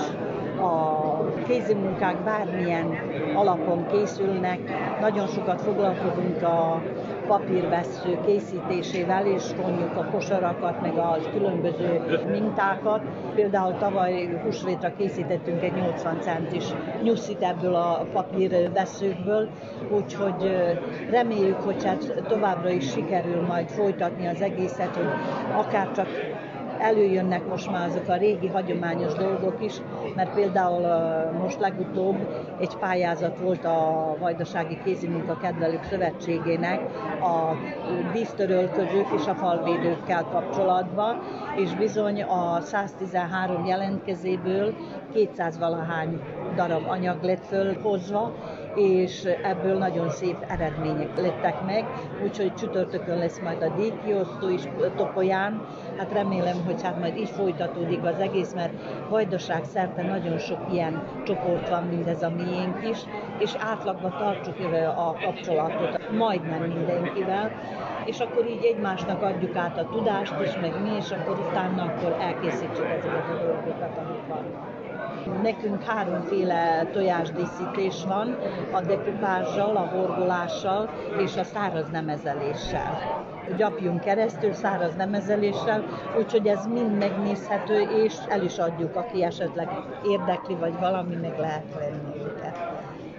a kézimunkák bármilyen alapon készülnek. Nagyon sokat foglalkozunk a papírvessző készítésével, és vonjuk a kosarakat, meg a különböző mintákat. Például tavaly húsvétra készítettünk egy nyolcvan centis nyuszit ebből a papírvesszőkből, úgyhogy reméljük, hogy hát továbbra is sikerül majd folytatni az egészet, hogy akár csak előjönnek most már azok a régi hagyományos dolgok is, mert például most legutóbb egy pályázat volt a Vajdasági Kézimunka Kedvelők Szövetségének a dísztörölközők és a falvédőkkel kapcsolatban, és bizony a száztizenhárom jelentkezéből kétszáz valahány darab anyag lett fölhozva, és ebből nagyon szép eredmények lettek meg, úgyhogy csütörtökön lesz majd a díjkiosztó is Topolyán. Hát remélem, hogy hát majd így folytatódik az egész, mert Vajdaság szerte nagyon sok ilyen csoport van, mint ez a miénk is, és átlagban tartsuk a kapcsolatot majdnem mindenkivel, és akkor így egymásnak adjuk át a tudást is, meg mi, és akkor utána akkor elkészítjük ezeket a dolgokat, amik vannak. Nekünk háromféle tojásdíszítés van, a dekupázsal, a horgolással és a száraz nemezeléssel. Gyapjún keresztül száraz nemezeléssel, úgyhogy ez mind megnézhető, és el is adjuk, aki esetleg érdekli, vagy valami, meg lehet venni őket.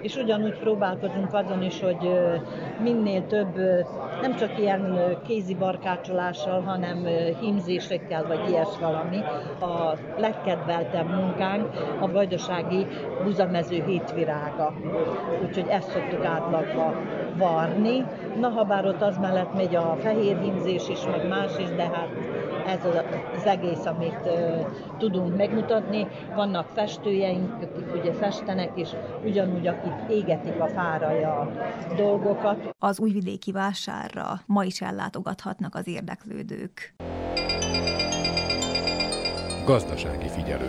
és ugyanúgy próbálkozunk azon is, hogy minél több, nem csak ilyen kézi barkácsolással, hanem hímzésekkel, vagy ilyes valami. A legkedveltebb munkánk a vajdasági buzamező hétvirága. Úgyhogy ezt szoktuk átlagba varni. Na, habár ott az mellett megy a fehér hímzés is, meg más is, de hát ez az egész, amit uh, tudunk megmutatni. Vannak festőjeink, akik ugye festenek, és ugyanúgy, akik égetik a fára a dolgokat. Az újvidéki vásárra ma is ellátogathatnak az érdeklődők. Gazdasági figyelő.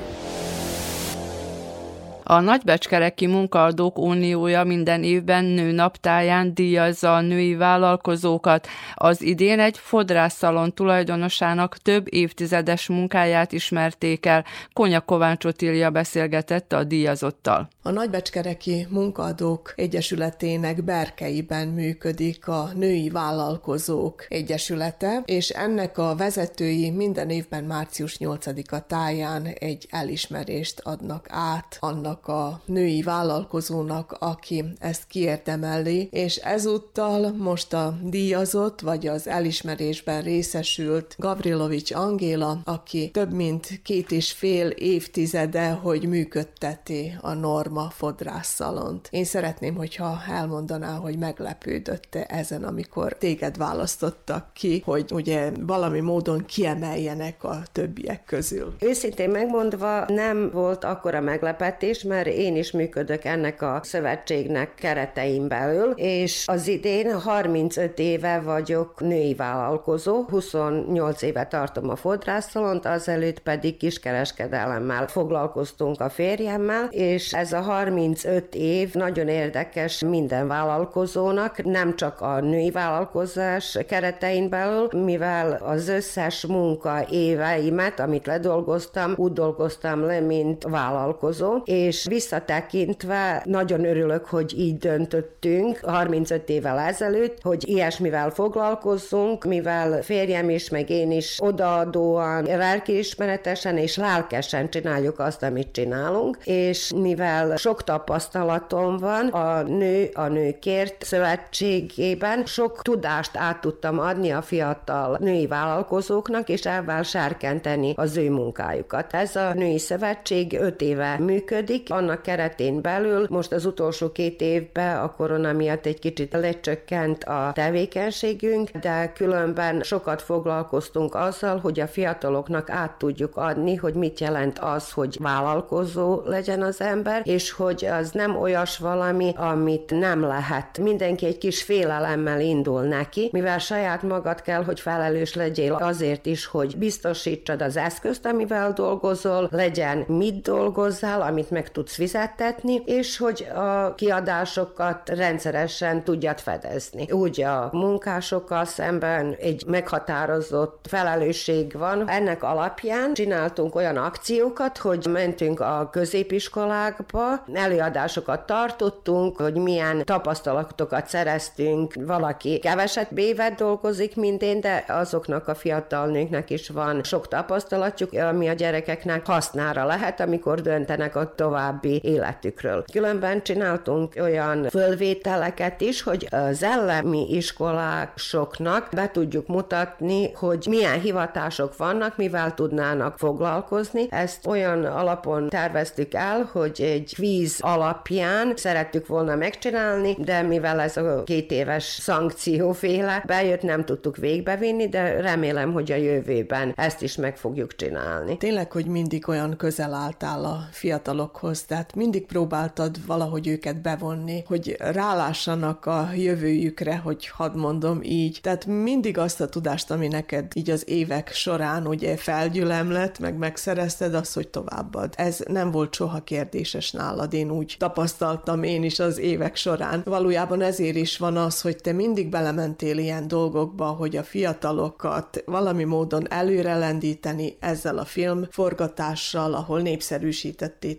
A Nagybecskereki Munkaadók Uniója minden évben nőnaptáján díjazza a női vállalkozókat. Az idén egy fodrászszalon tulajdonosának több évtizedes munkáját ismerték el. Konya Kovács Otília beszélgetett a díjazottal. A Nagybecskereki Munkaadók Egyesületének berkeiben működik a Női Vállalkozók Egyesülete, és ennek a vezetői minden évben március nyolcadika táján egy elismerést adnak át annak a női vállalkozónak, aki ezt kiérdemeli, és ezúttal most a díjazott, vagy az elismerésben részesült Gavrilovics Angéla, aki több mint két és fél évtizede, hogy működteti a Norma fodrászszalont. Én szeretném, hogyha elmondaná, hogy meglepődött ezen, amikor téged választottak ki, hogy ugye valami módon kiemeljenek a többiek közül. Őszintén megmondva nem volt akkora meglepetés, mert én is működök ennek a szövetségnek keretein belül, és az idén harmincöt éve vagyok női vállalkozó, huszonnyolc éve tartom a fodrászszalont, azelőtt pedig kiskereskedelemmel foglalkoztunk a férjemmel, és ez a harmincöt év nagyon érdekes minden vállalkozónak, nem csak a női vállalkozás keretein belül, mivel az összes munka éveimet, amit ledolgoztam, úgy dolgoztam le, mint vállalkozó, és visszatekintve nagyon örülök, hogy így döntöttünk harmincöt évvel ezelőtt, hogy ilyesmivel foglalkozzunk, mivel férjem is, meg én is odaadóan, lelkiismeretesen és lelkesen csináljuk azt, amit csinálunk, és mivel sok tapasztalatom van a Nő a Nőkért szövetségében, sok tudást át tudtam adni a fiatal női vállalkozóknak, és ezzel serkenteni az ő munkájukat. Ez a női szövetség öt éve működik, annak keretén belül most az utolsó két évben a korona miatt egy kicsit lecsökkent a tevékenységünk, de különben sokat foglalkoztunk azzal, hogy a fiataloknak át tudjuk adni, hogy mit jelent az, hogy vállalkozó legyen az ember, és hogy az nem olyas valami, amit nem lehet. Mindenki egy kis félelemmel indul neki, mivel saját magad kell, hogy felelős legyél azért is, hogy biztosítsad az eszközt, amivel dolgozol, legyen mit dolgozzál, amit meg tudsz fizettetni, és hogy a kiadásokat rendszeresen tudjad fedezni. Úgy a munkásokkal szemben egy meghatározott felelősség van. Ennek alapján csináltunk olyan akciókat, hogy mentünk a középiskolákba, előadásokat tartottunk, hogy milyen tapasztalatokat szereztünk. Valaki keveset évet dolgozik, mint én, de azoknak a fiatal nőknek is van sok tapasztalatjuk, ami a gyerekeknek hasznára lehet, amikor döntenek a további életükről. Különben csináltunk olyan fölvételeket is, hogy az elemi iskolásoknak be tudjuk mutatni, hogy milyen hivatások vannak, mivel tudnának foglalkozni. Ezt olyan alapon terveztük el, hogy egy kvíz alapján szerettük volna megcsinálni, de mivel ez a két éves szankcióféle bejött, nem tudtuk végbevinni, de remélem, hogy a jövőben ezt is meg fogjuk csinálni. Tényleg, hogy mindig olyan közel álltál a fiatalokhoz, tehát mindig próbáltad valahogy őket bevonni, hogy rálássanak a jövőjükre, hogy hadd mondom így. Tehát mindig azt a tudást, ami neked így az évek során ugye felgyülemlett, meg megszerezted azt, hogy továbbad. Ez nem volt soha kérdéses nálad, én úgy tapasztaltam én is az évek során. Valójában ezért is van az, hogy te mindig belementél ilyen dolgokba, hogy a fiatalokat valami módon előre lendíteni ezzel a filmforgatással, ahol népszerűsítettétek ugye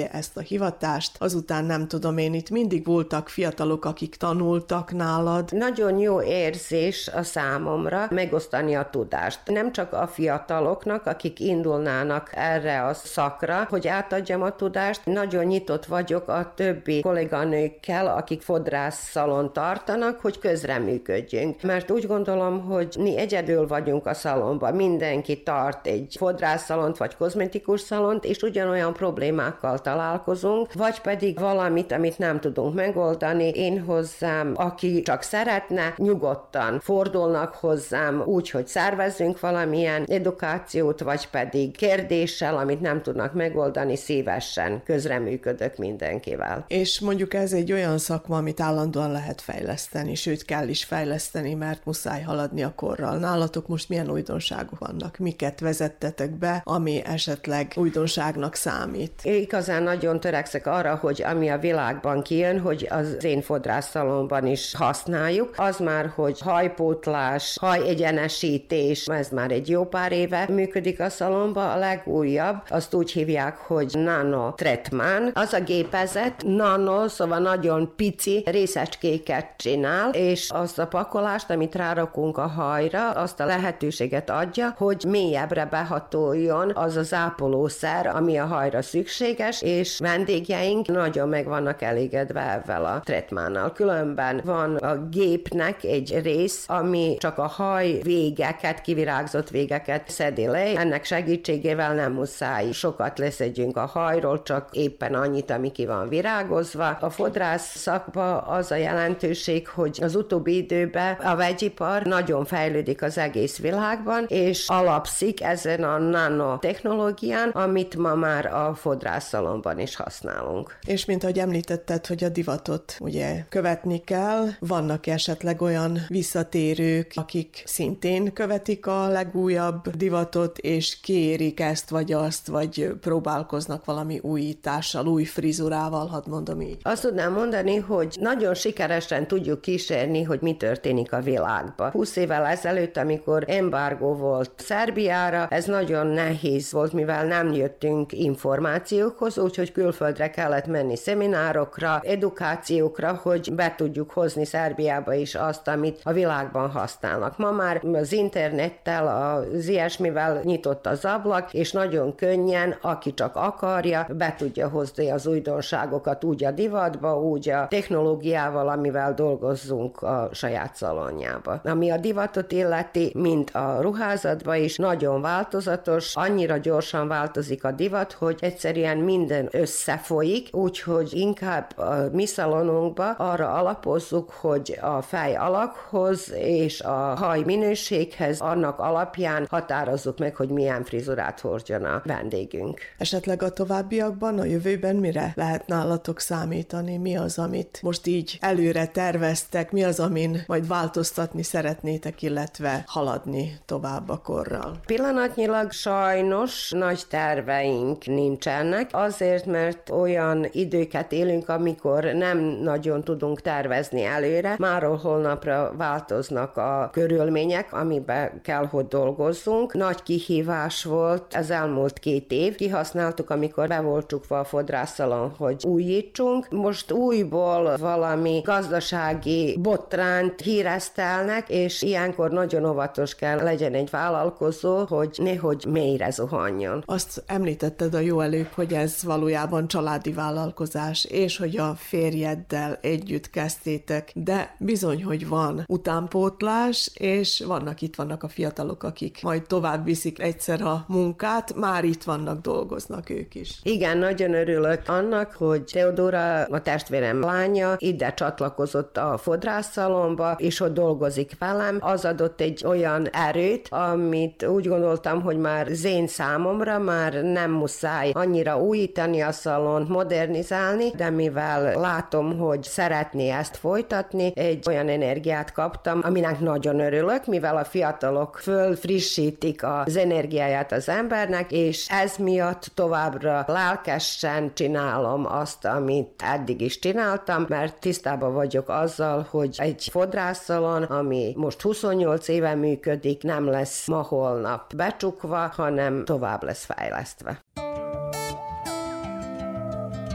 ugye ezt a hivatást, azután nem tudom én, itt mindig voltak fiatalok, akik tanultak nálad. Nagyon jó érzés a számomra megosztani a tudást. Nem csak a fiataloknak, akik indulnának erre a szakra, hogy átadjam a tudást, nagyon nyitott vagyok a többi kolléganőkkel, akik fodrászszalon tartanak, hogy közreműködjünk. Mert úgy gondolom, hogy mi egyedül vagyunk a szalonban, mindenki tart egy fodrászszalont vagy kozmetikus szalont, és ugyanolyan problémákkal találkozunk, vagy pedig valamit, amit nem tudunk megoldani. Én hozzám, aki csak szeretne, nyugodtan fordulnak hozzám úgy, hogy szervezzünk valamilyen edukációt, vagy pedig kérdéssel, amit nem tudnak megoldani, szívesen közreműködök mindenkivel. És mondjuk ez egy olyan szakma, amit állandóan lehet fejleszteni, sőt kell is fejleszteni, mert muszáj haladni a korral. Nálatok most milyen újdonságok vannak? Miket vezettetek be, ami esetleg újdonságnak számít? Én igazán nagyon törekszek arra, hogy ami a világban kijön, hogy az én fodrászszalomban is használjuk. Az már, hogy hajpótlás, hajegyenesítés, ez már egy jó pár éve működik a szalomban. A legújabb, azt úgy hívják, hogy Nano Tretman. Az a gépezet nano, szóval nagyon pici részecskéket csinál, és azt a pakolást, amit rárakunk a hajra, azt a lehetőséget adja, hogy mélyebbre behatoljon az az ápolószer, ami a hajra szükséges, és vendégjeink nagyon meg vannak elégedve ezzel a Tretmannal. Különben van a gépnek egy rész, ami csak a haj végeket, kivirágzott végeket szedi le. Ennek segítségével nem muszáj sokat leszedjünk a hajról, csak éppen annyit, ami ki van virágozva. A fodrász szakba az a jelentőség, hogy az utóbbi időben a vegyipar nagyon fejlődik az egész világban, és alapszik ezen a nanotechnológián, amit ma már a fodrászszalonban is használunk. És mint ahogy említetted, hogy a divatot ugye követni kell, vannak esetleg olyan visszatérők, akik szintén követik a legújabb divatot, és kérik ezt vagy azt, vagy próbálkoznak valami újítással, új frizurával, hadd mondom így. Azt tudnám mondani, hogy nagyon sikeresen tudjuk kísérni, hogy mi történik a világban. húsz évvel ezelőtt, amikor embargó volt Szerbiára, ez nagyon nehéz volt, mivel nem jöttünk információkhoz, úgyhogy külföldre kellett menni szeminárokra, edukációkra, hogy be tudjuk hozni Szerbiába is azt, amit a világban használnak. Ma már az internettel, az ilyesmivel nyitott az ablak, és nagyon könnyen, aki csak akarja, be tudja hozni az újdonságokat úgy a divatba, úgy a technológiával, amivel dolgozzunk a saját szalonjába. Ami a divatot illeti, mint a ruházatba is nagyon változatos, annyira gyorsan változik a divat, hogy egyszerűen minden összefolyik, úgyhogy inkább a mi szalonunkba arra alapozzuk, hogy a fej alakhoz és a haj minőséghez annak alapján határozzuk meg, hogy milyen frizurát hordjon a vendégünk. Esetleg a továbbiakban, a jövőben mire lehet nálatok számítani? Mi az, amit most így előre terveztek? Mi az, amin majd változtatni szeretnétek, illetve haladni tovább a korral? Pillanatnyilag sajnos nagy terveink nincsenek, azért, mert olyan időket élünk, amikor nem nagyon tudunk tervezni előre. Máról holnapra változnak a körülmények, amiben kell, hogy dolgozzunk. Nagy kihívás volt az elmúlt két év. Kihasználtuk, amikor be volt csukva a fodrászszalon, hogy újítsunk. Most újból valami gazdasági botránt híresztelnek, és ilyenkor nagyon óvatos kell legyen egy vállalkozó, hogy nehogy mélyre zuhanjon. Azt említetted a jó előbb, hogy ez valójában családi vállalkozás, és hogy a férjeddel együtt kezdtétek, de bizony, hogy van utánpótlás, és vannak itt vannak a fiatalok, akik majd tovább viszik egyszer a munkát, már itt vannak, dolgoznak ők is. Igen, nagyon örülök annak, hogy Teodora, a testvérem lánya, ide csatlakozott a fodrászszalomba, és hogy dolgozik velem. Az adott egy olyan erőt, amit úgy gondoltam, hogy már az én számomra már nem muszáj annyira újítani a szalont, modernizálni, de mivel látom, hogy szeretné ezt folytatni, egy olyan energiát kaptam, aminek nagyon örülök, mivel a fiatalok fölfrissítik az energiáját az embernek, és ez miatt továbbra lelkesen csinálom azt, amit eddig is csináltam, mert tisztában vagyok azzal, hogy egy fodrászszalon, ami most huszonnyolc éve működik, nem lesz ma-holnap becsukva, hanem tovább lesz fejlesztve.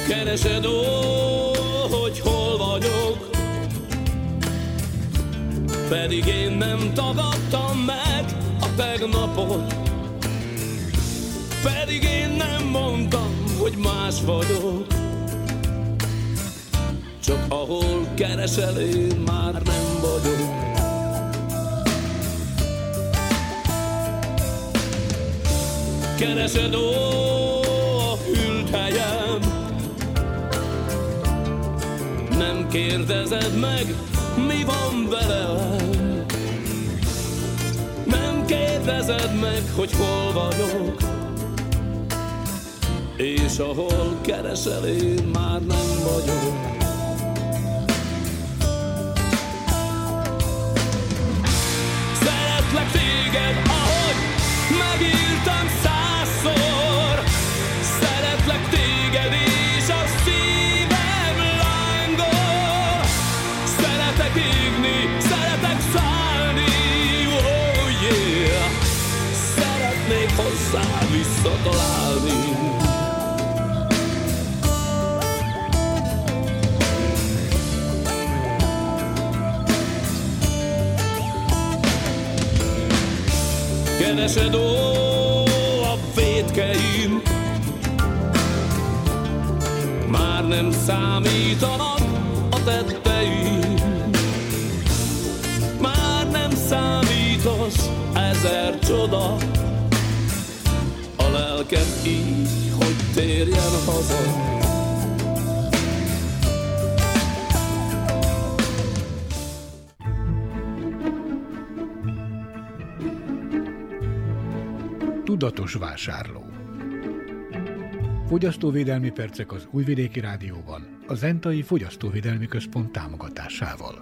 Keresed, ó, hogy hol vagyok, pedig én nem tagadtam meg a tegnapot, pedig én nem mondtam, hogy más vagyok. Csak ahol keresel, én már nem vagyok. Keresed, ó, a hűlt helyem, nem kérdezed meg, mi van velem. Nem kérdezed meg, hogy hol vagyok, és ahol keresel, én már nem vagyok. Szeretlek téged, ahogy megírtam százszor. Szeretlek téged, és a szívem lángol. Szeretek égni, szeretek szállni, oh yeah. Szeretnék hozzá visszatalálni. Keresed, ó, a vétkeim, már nem számítanak a tetteim. Már nem számítasz, ezer csoda, a lelkem így, hogy térjen haza. Tudatos vásárló. Fogyasztóvédelmi percek az Újvidéki Rádióban, a Zentai Fogyasztóvédelmi Központ támogatásával.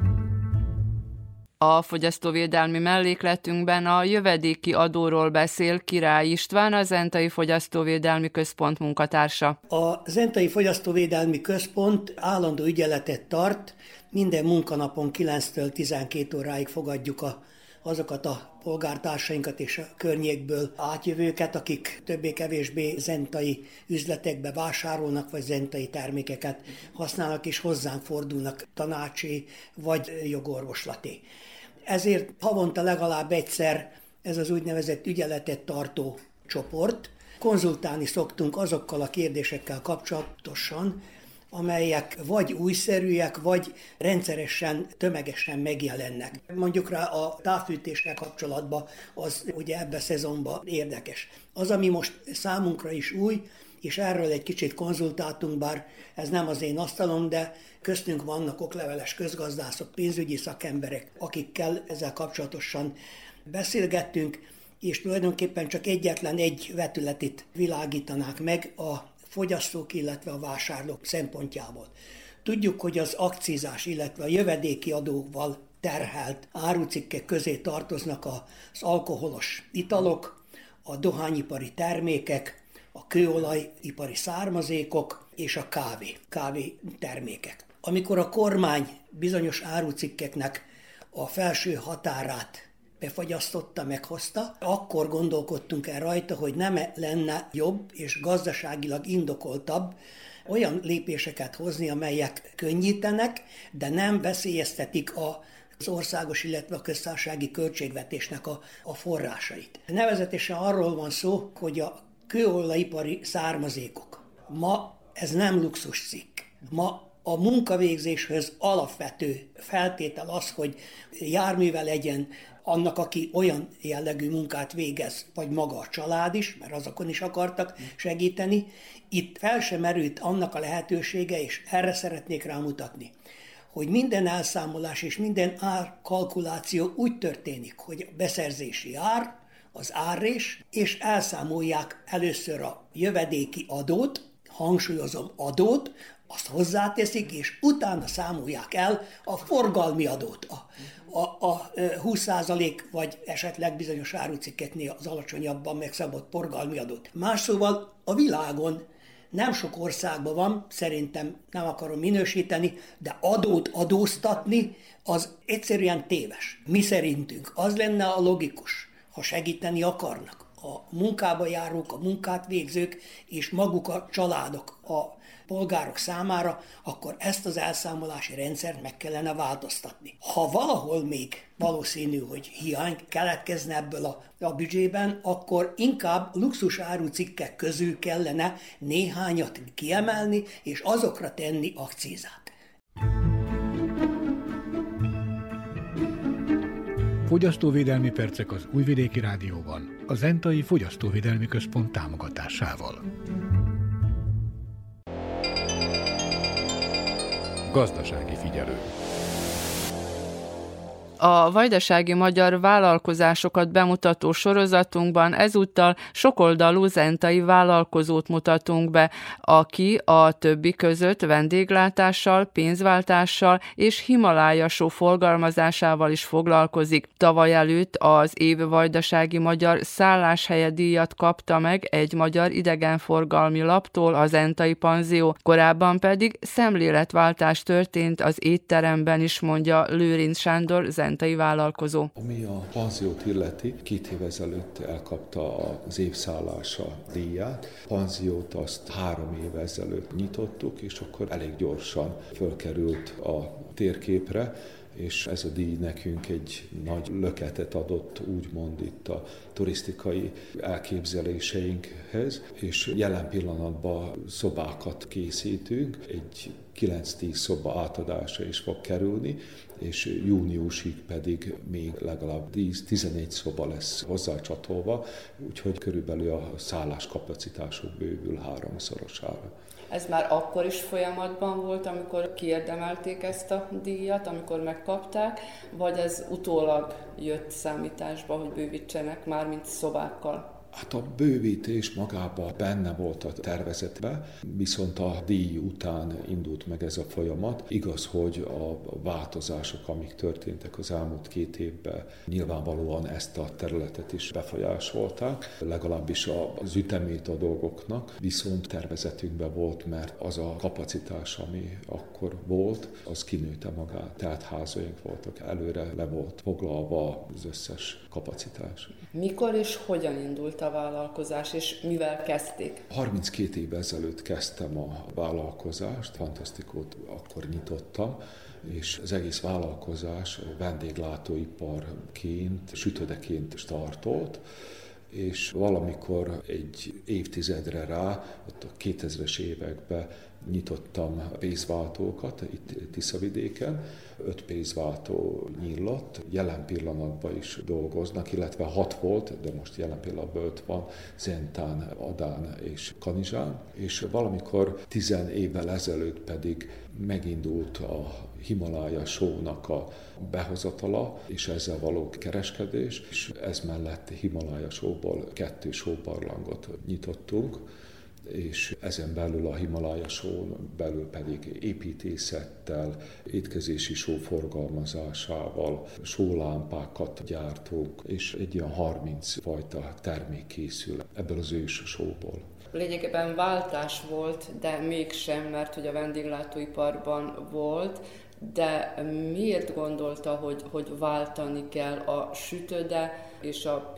A fogyasztóvédelmi mellékletünkben a jövedéki adóról beszél Király István, a Zentai Fogyasztóvédelmi Központ munkatársa. A Zentai Fogyasztóvédelmi Központ állandó ügyeletet tart, minden munkanapon kilenctől tizenkét óráig fogadjuk a azokat a polgártársainkat és a környékből átjövőket, akik többé-kevésbé zentai üzletekbe vásárolnak, vagy zentai termékeket használnak, és hozzánk fordulnak tanácsi vagy jogorvoslati. Ezért havonta legalább egyszer ez az úgynevezett ügyeletet tartó csoport. Konzultálni szoktunk azokkal a kérdésekkel kapcsolatosan, amelyek vagy újszerűek, vagy rendszeresen, tömegesen megjelennek. Mondjuk rá a távfűtéssel kapcsolatban az ugye ebbe a szezonban érdekes. Az, ami most számunkra is új, és erről egy kicsit konzultáltunk, bár ez nem az én asztalom, de köztünk vannak okleveles közgazdászok, pénzügyi szakemberek, akikkel ezzel kapcsolatosan beszélgettünk, és tulajdonképpen csak egyetlen egy vetületét világítanák meg a fogyasztók, illetve a vásárlók szempontjából. Tudjuk, hogy az akcizás, illetve a jövedéki adóval terhelt árucikkek közé tartoznak az alkoholos italok, a dohányipari termékek, a kőolajipari származékok és a kávé, kávé termékek. Amikor a kormány bizonyos árucikkeknek a felső határát befagyasztotta, meghozta, akkor gondolkodtunk el rajta, hogy nem lenne jobb és gazdaságilag indokoltabb olyan lépéseket hozni, amelyek könnyítenek, de nem veszélyeztetik a az országos, illetve a köztársasági költségvetésnek a, a forrásait. Nevezetesen arról van szó, hogy a kőolajipari származékok. Ma ez nem luxuscikk. Ma a munkavégzéshöz alapvető feltétel az, hogy járműve legyen annak, aki olyan jellegű munkát végez, vagy maga a család is, mert azokon is akartak segíteni. Itt fel sem merült annak a lehetősége, és erre szeretnék rámutatni, hogy minden elszámolás és minden árkalkuláció úgy történik, hogy a beszerzési ár, az árrés, és elszámolják először a jövedéki adót, hangsúlyozom adót, azt hozzáteszik, és utána számolják el a forgalmi adót, a, a, a húsz százalék vagy esetleg bizonyos árucikkeknél az alacsonyabban megszabott forgalmi adót. Más szóval a világon nem sok országban van, szerintem nem akarom minősíteni, de adót adóztatni az egyszerűen téves. Mi szerintünk az lenne a logikus, ha segíteni akarnak a munkába járók, a munkát végzők és maguk a családok, a polgárok számára, akkor ezt az elszámolási rendszert meg kellene változtatni. Ha valahol még valószínű, hogy hiány keletkezne ebből a, a büdzsében, akkor inkább luxusáru cikkek közül kellene néhányat kiemelni, és azokra tenni akcízát. Fogyasztóvédelmi percek az Újvidéki Rádióban, a Zentai Fogyasztóvédelmi Központ támogatásával. Gazdasági figyelő. A vajdasági magyar vállalkozásokat bemutató sorozatunkban ezúttal sokoldalú zentai vállalkozót mutatunk be, aki a többi között vendéglátással, pénzváltással és Himalája só forgalmazásával is foglalkozik. Tavaly előtt az év vajdasági magyar szálláshelye díjat kapta meg egy magyar idegenforgalmi laptól a Zentai Panzió, korábban pedig szemléletváltás történt az étteremben is, mondja Lőrinc Sándor zentai vállalkozó. Ami a panziót illeti, két év ezelőtt elkapta az évszállása díját. A panziót azt három év ezelőtt nyitottuk, és akkor elég gyorsan fölkerült a térképre, és ez a díj nekünk egy nagy löketet adott, úgymond itt a turisztikai elképzeléseinkhez, és jelen pillanatban szobákat készítünk, egy kilenc-tíz szoba átadása is fog kerülni, és júniusig pedig még legalább tíz-tizenegy szoba lesz hozzácsatolva, úgyhogy körülbelül a szálláskapacitásuk bővül háromszorosára. Ez már akkor is folyamatban volt, amikor kiérdemelték ezt a díjat, amikor megkapták, vagy ez utólag jött számításba, hogy bővítsenek már, mint szobákkal? Hát a bővítés magában benne volt a tervezetben, viszont a díj után indult meg ez a folyamat. Igaz, hogy a változások, amik történtek az elmúlt két évben, nyilvánvalóan ezt a területet is befolyásolták, legalábbis az ütemét a dolgoknak, viszont tervezetünkben volt, mert az a kapacitás, ami akkor volt, az kinőtte magát. Tehát házaink voltak, előre le volt foglalva az összes kapacitás. Mikor és hogyan indult a vállalkozás, és mivel kezdték? harminckét év ezelőtt kezdtem a vállalkozást, Fantasztikót akkor nyitottam, és az egész vállalkozás vendéglátóiparként, sütödeként startolt, és valamikor egy évtizedre rá, ott a kétezres években nyitottam pénzváltókat itt Tiszavidéken, öt pénzváltó nyílott, jelen pillanatban is dolgoznak, illetve hat volt, de most jelen pillanatban öt van, Zentán, Adán és Kanizsán, és valamikor tizen évvel ezelőtt pedig megindult a Himalája sónak a behozatala, és ezzel való kereskedés, és ez mellett Himalája sóból kettő sóbarlangot nyitottunk, és ezen belül a Himalája són belül pedig építészettel, étkezési só forgalmazásával, sólámpákat gyártunk, és egy ilyen harminc fajta termék készül ebből az ős sóból. Lényegében váltás volt, de mégsem, mert hogy a vendéglátóiparban volt, de miért gondolta, hogy, hogy váltani kell a sütöde és a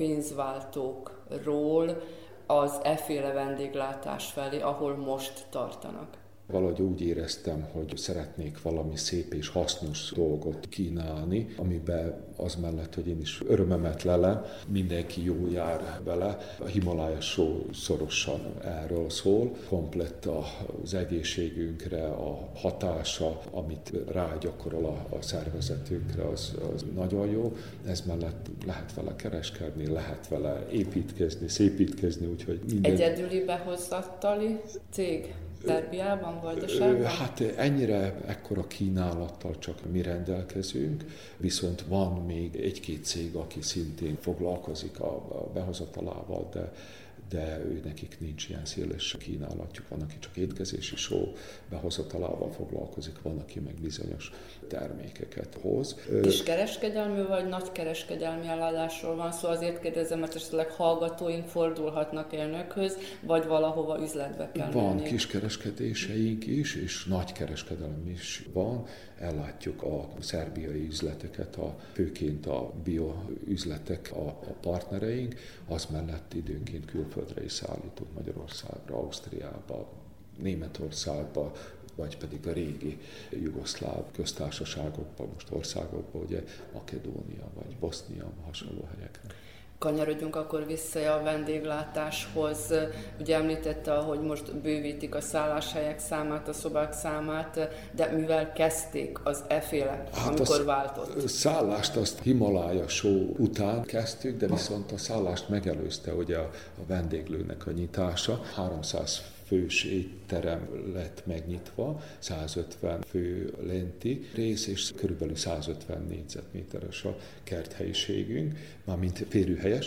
pénzváltókról az efféle vendéglátás felé, ahol most tartanak? Valahogy úgy éreztem, hogy szeretnék valami szép és hasznos dolgot kínálni, amiben az mellett, hogy én is örömemet lelem, mindenki jó jár vele. A Himalája só szorosan erről szól, komplett az egészségünkre, a hatása, amit rágyakorol a, a szervezetünkre, az, az nagyon jó. Ez mellett lehet vele kereskedni, lehet vele építkezni, szépítkezni, úgyhogy minden... Egyedüli behozattali cég? Szerbiában, Vajdaságban? Hát ennyire ekkora kínálattal csak mi rendelkezünk, viszont van még egy-két cég, aki szintén foglalkozik a behozatalával, de, de ő nekik nincs ilyen széles kínálatjuk. Van, aki csak étkezési só behozatalával foglalkozik, van, aki meg bizonyos termékeket hoz. Kiskereskedelmű vagy nagykereskedelmi eladásról van szó? Szóval azért kérdezem, mert esetleg hallgatóink fordulhatnak önökhöz, vagy valahova üzletbe kell Van menni. kiskereskedéseink is, és nagykereskedelem is van. Ellátjuk a szerbiai üzleteket, a, főként a bioüzletek a, a partnereink, az mellett időnként külföldre is szállítunk, Magyarországra, Ausztriába, Németországba, vagy pedig a régi jugoszláv köztársaságokban, most országokban, ugye Makedónia vagy Bosznia, hasonló helyekre. Kanyarodjunk akkor vissza a vendéglátáshoz. Ugye említette, hogy most bővítik a szálláshelyek számát, a szobák számát, de mivel kezdték az e-féle, hát amikor váltott? Szállást azt Himalája show után kezdtük, de viszont a szállást megelőzte ugye a, a vendéglőnek a nyitása. háromszáz fős étterem lett megnyitva, százötven fő lenti rész, és körülbelül százötven négyzetméteres a kerthelyiségünk, mármint férőhelyes,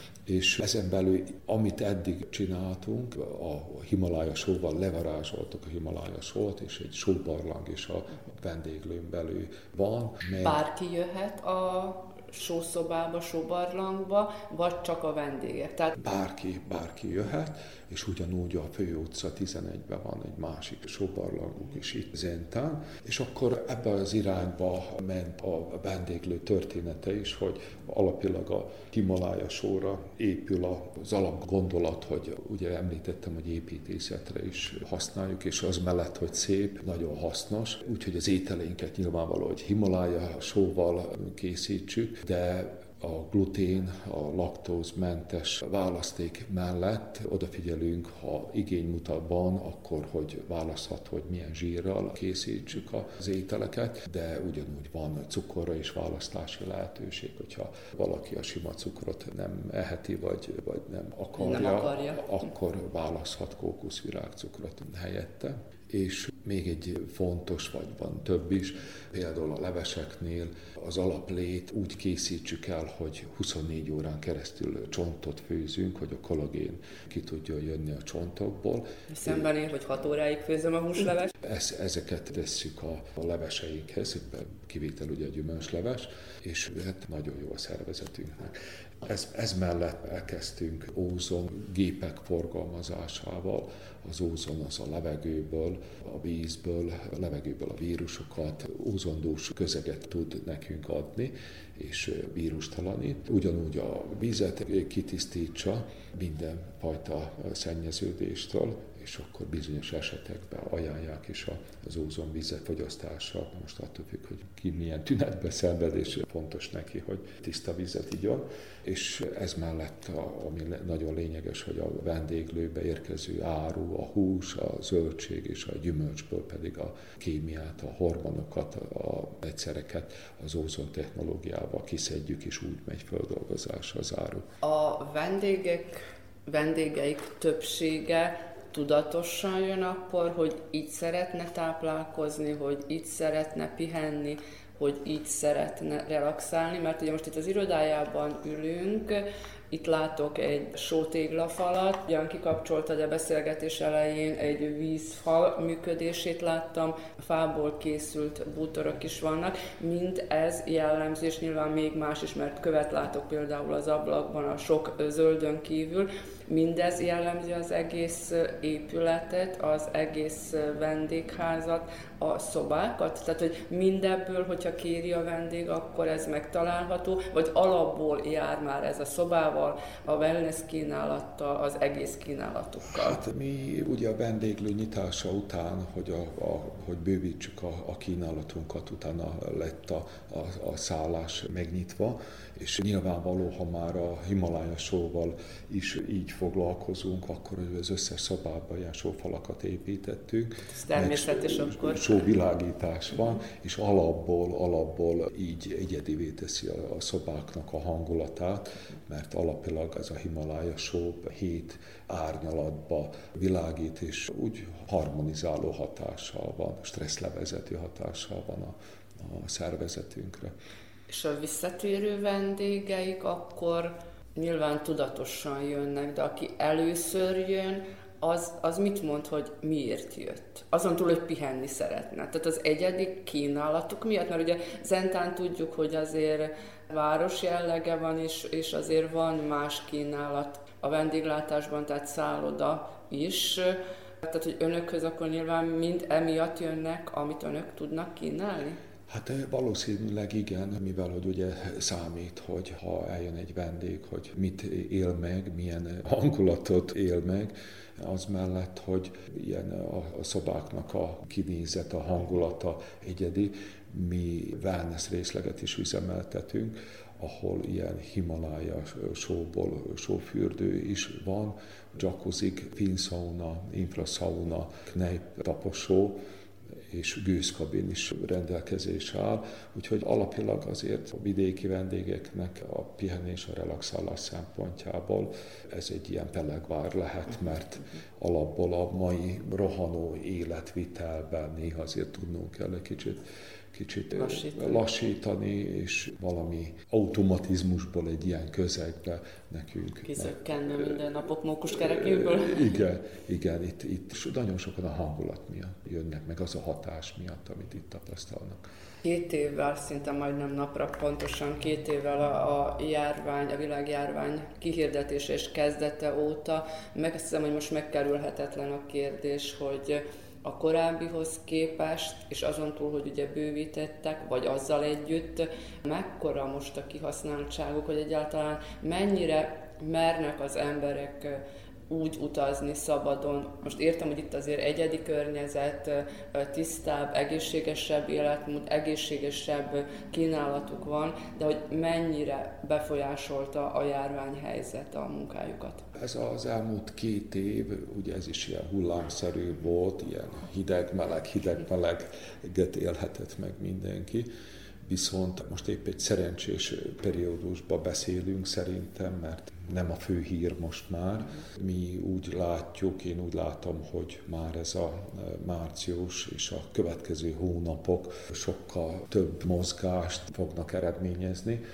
és ezen belül, amit eddig csináltunk, a Himalája show-val levarázsoltuk a Himalája show-t, és egy showbarlang is a vendéglőn belül van. Meg... Bárki jöhet a sószobába, sóbarlangba, vagy csak a vendégek? Tehát... Bárki, bárki jöhet, és ugyanúgy a Főutca tizenegyben van egy másik sóbarlangunk is itt Zentán, és akkor ebben az irányba ment a vendéglő története is, hogy alapilag a Himalája show-ra épül az alapgondolat, hogy ugye említettem, hogy építészetre is használjuk, és az mellett, hogy szép, nagyon hasznos, úgyhogy az ételeinket nyilvánvaló, hogy Himalája show-val készítsük, de a glutén, a laktózmentes választék mellett odafigyelünk, ha igény mutat van, akkor hogy választhat, hogy milyen zsírral készítsük az ételeket, de ugyanúgy van cukorra is választási lehetőség, hogyha valaki a sima cukrot nem eheti, vagy, vagy nem akarja, nem akarja, akkor választhat kókuszvirágcukrot helyette. És még egy fontos, vagy van több is, például a leveseknél az alaplét úgy készítsük el, hogy huszonnégy órán keresztül csontot főzünk, hogy a kollagén ki tudjon jönni a csontokból. Szemben én, hogy hat óráig főzöm a húsleves. Ez, ezeket tesszük a, a leveseinkhez, kivétel ugye a gyümölcsleves, és hát nagyon jó a szervezetünknek. Ez, ez mellett elkezdtünk ózon gépek forgalmazásával. Az ózon az a levegőből, a vízből, a levegőből a vírusokat, ózondós közeget tud nekünk adni, és vírustalanít. Ugyanúgy a vízet kitisztítsa mindenfajta szennyeződéstől, és akkor bizonyos esetekben ajánlják is az ózonvíz fogyasztása. Most attól függ, hogy ki milyen tünetbe szenved, és fontos neki, hogy tiszta vizet igyon. És ez mellett, ami nagyon lényeges, hogy a vendéglőbe érkező áru, a hús, a zöldség és a gyümölcsből pedig a kémiát, a hormonokat, a egyszereket az ózon technológiával kiszedjük, és úgy megy földolgozásra az áru. A vendégek, vendégeik többsége tudatosan jön akkor, hogy így szeretne táplálkozni, hogy így szeretne pihenni, hogy így szeretne relaxálni, mert ugye most itt az irodájában ülünk, itt látok egy sótéglafalat, ugyan kikapcsoltad a beszélgetés elején, egy vízfal működését láttam, a fából készült bútorok is vannak, mind ez jellemző, és nyilván még más is, mert követ látok például az ablakban a sok zöldön kívül, mindez jellemzi az egész épületet, az egész vendégházat, a szobákat, tehát hogy mindebből, hogyha kéri a vendég, akkor ez megtalálható, vagy alapból jár már ez a szobával, a wellness kínálattal, az egész kínálatukkal. Hát mi ugye a vendéglő nyitása után, hogy, a, a, hogy bővítsük a, a kínálatunkat, utána lett a, a, a szállás megnyitva, és nyilvánvaló, ha már a Himalája show-val is így foglalkozunk, akkor az összes szobában ilyen sófalakat építettünk. Ez természetes akkor. Sóvilágítás van, és alapból, alapból így egyedivé teszi a, a szobáknak a hangulatát, mert alapilag ez a Himalája show hét árnyalatba világít, és úgy harmonizáló hatással van, stresszlevezető hatással van a, a szervezetünkre. És a visszatérő vendégeik akkor Nyilván tudatosan jönnek, de aki először jön, az, az mit mond, hogy miért jött? Azon túl, hogy pihenni szeretne. Tehát az egyedi kínálatuk miatt, mert ugye Zentán tudjuk, hogy azért város jellege van, és, és azért van más kínálat a vendéglátásban, tehát szálloda is. Tehát, hogy önökhöz akkor nyilván mind emiatt jönnek, amit önök tudnak kínálni? Hát valószínűleg igen, mivel hogy ugye számít, hogy ha eljön egy vendég, hogy mit él meg, milyen hangulatot él meg, az mellett, hogy ilyen a szobáknak a kinézet, a hangulata egyedi, mi wellness részleget is üzemeltetünk, ahol ilyen Himalája sóból sófürdő is van, jacuzzik, finsauna, infrasauna, kneipp taposó, és gőzkabin is rendelkezésre áll, úgyhogy alapilag azért a vidéki vendégeknek a pihenés, a relaxálás szempontjából ez egy ilyen pelegvár lehet, mert alapból a mai rohanó életvitelben néha azért tudnunk kell egy kicsit kicsit lassítani. lassítani, és valami automatizmusból egy ilyen közegbe nekünk. Kizökkenne minden napok mókuskerekéből. Igen, igen, itt, itt nagyon sokan a hangulat miatt jönnek, meg az a hatás miatt, amit itt tapasztalnak. Két évvel, szinte majdnem napra pontosan két évvel a, a járvány, a világjárvány kihirdetése és kezdete óta, meg azt hiszem, hogy most megkerülhetetlen a kérdés, hogy a korábbihoz képest, és azon túl, hogy ugye bővítettek, vagy azzal együtt, mekkora most a kihasználtságuk, hogy egyáltalán mennyire mernek az emberek úgy utazni szabadon. Most értem, hogy itt azért egyedi környezet, tisztább, egészségesebb életmód, egészségesebb kínálatuk van, de hogy mennyire befolyásolta a járványhelyzet a munkájukat? Ez az elmúlt két év, ugye ez is ilyen hullámszerű volt, ilyen hideg-meleg, hideg-meleget élhetett meg mindenki. Viszont most épp egy szerencsés periódusban beszélünk szerintem, mert nem a fő hír most már. Mi úgy látjuk, én úgy látom, hogy már ez a március és a következő hónapok sokkal több mozgást fognak eredményezni,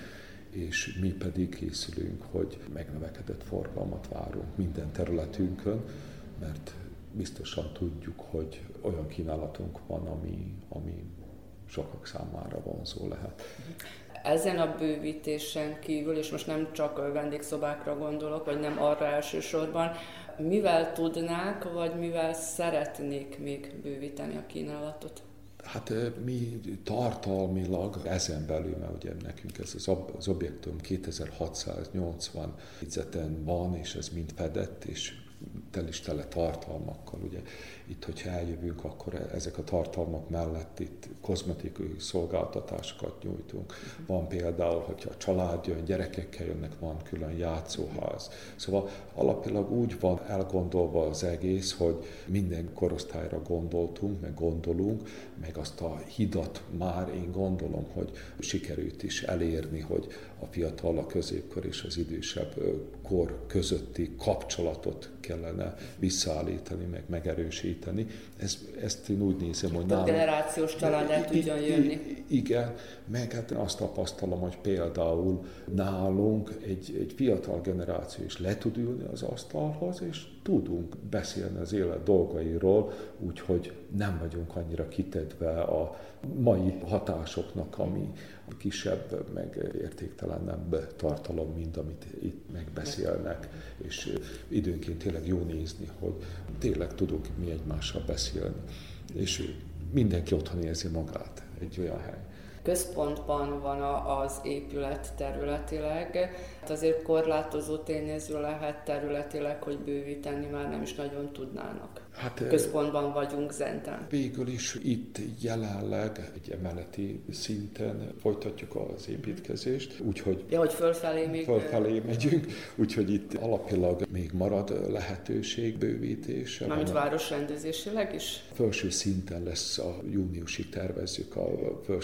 és mi pedig készülünk, hogy megnövekedett forgalmat várunk minden területünkön, mert biztosan tudjuk, hogy olyan kínálatunk van, ami, ami sokak számára vonzó lehet. Ezen a bővítésen kívül, és most nem csak vendégszobákra gondolok, vagy nem arra elsősorban, mivel tudnák, vagy mivel szeretnék még bővíteni a kínálatot? Hát mi tartalmilag ezen belül, mert ugye nekünk ez az, ob- az objektum kétezer-hatszáznyolcvan négyzeten van, és ez mind fedett, és tel is tele tartalmakkal. Ugye itt, hogyha eljövünk, akkor ezek a tartalmak mellett itt kozmetikai szolgáltatásokat nyújtunk. Van például, hogyha a család jön, gyerekekkel jönnek, van külön játszóház. Szóval alapilag úgy van elgondolva az egész, hogy minden korosztályra gondoltunk, meg gondolunk, meg azt a hidat már én gondolom, hogy sikerült is elérni, hogy a fiatal, a középkor és az idősebb kor közötti kapcsolatot kellene visszaállítani, meg megerősíteni. Ez, ezt én úgy nézem, hogy nálunk... generációs család el tudjon jönni. Igen, meg hát azt tapasztalom, hogy például nálunk egy, egy fiatal generáció is le tud ülni az asztalhoz, és tudunk beszélni az élet dolgairól, úgyhogy nem vagyunk annyira kitedve a mai hatásoknak, ami kisebb, meg értéktelenebb tartalom, mint amit itt megbeszélnek. És időnként tényleg jó nézni, hogy tényleg tudunk mi egymással beszélni. És mindenki otthon érzi magát egy olyan hely. Központban van az épület területileg, azért korlátozó tényező lehet területileg, hogy bővíteni már nem is nagyon tudnának. Hát, központban vagyunk Zentán. Végül is itt jelenleg egy emeleti szinten folytatjuk az építkezést, úgyhogy ja, hogy fölfelé még... Fölfelé megyünk, úgyhogy itt alapilag még marad lehetőség bővítése. Mármint városrendezésileg is? Felső szinten lesz, a júniusig tervezzük a felső szint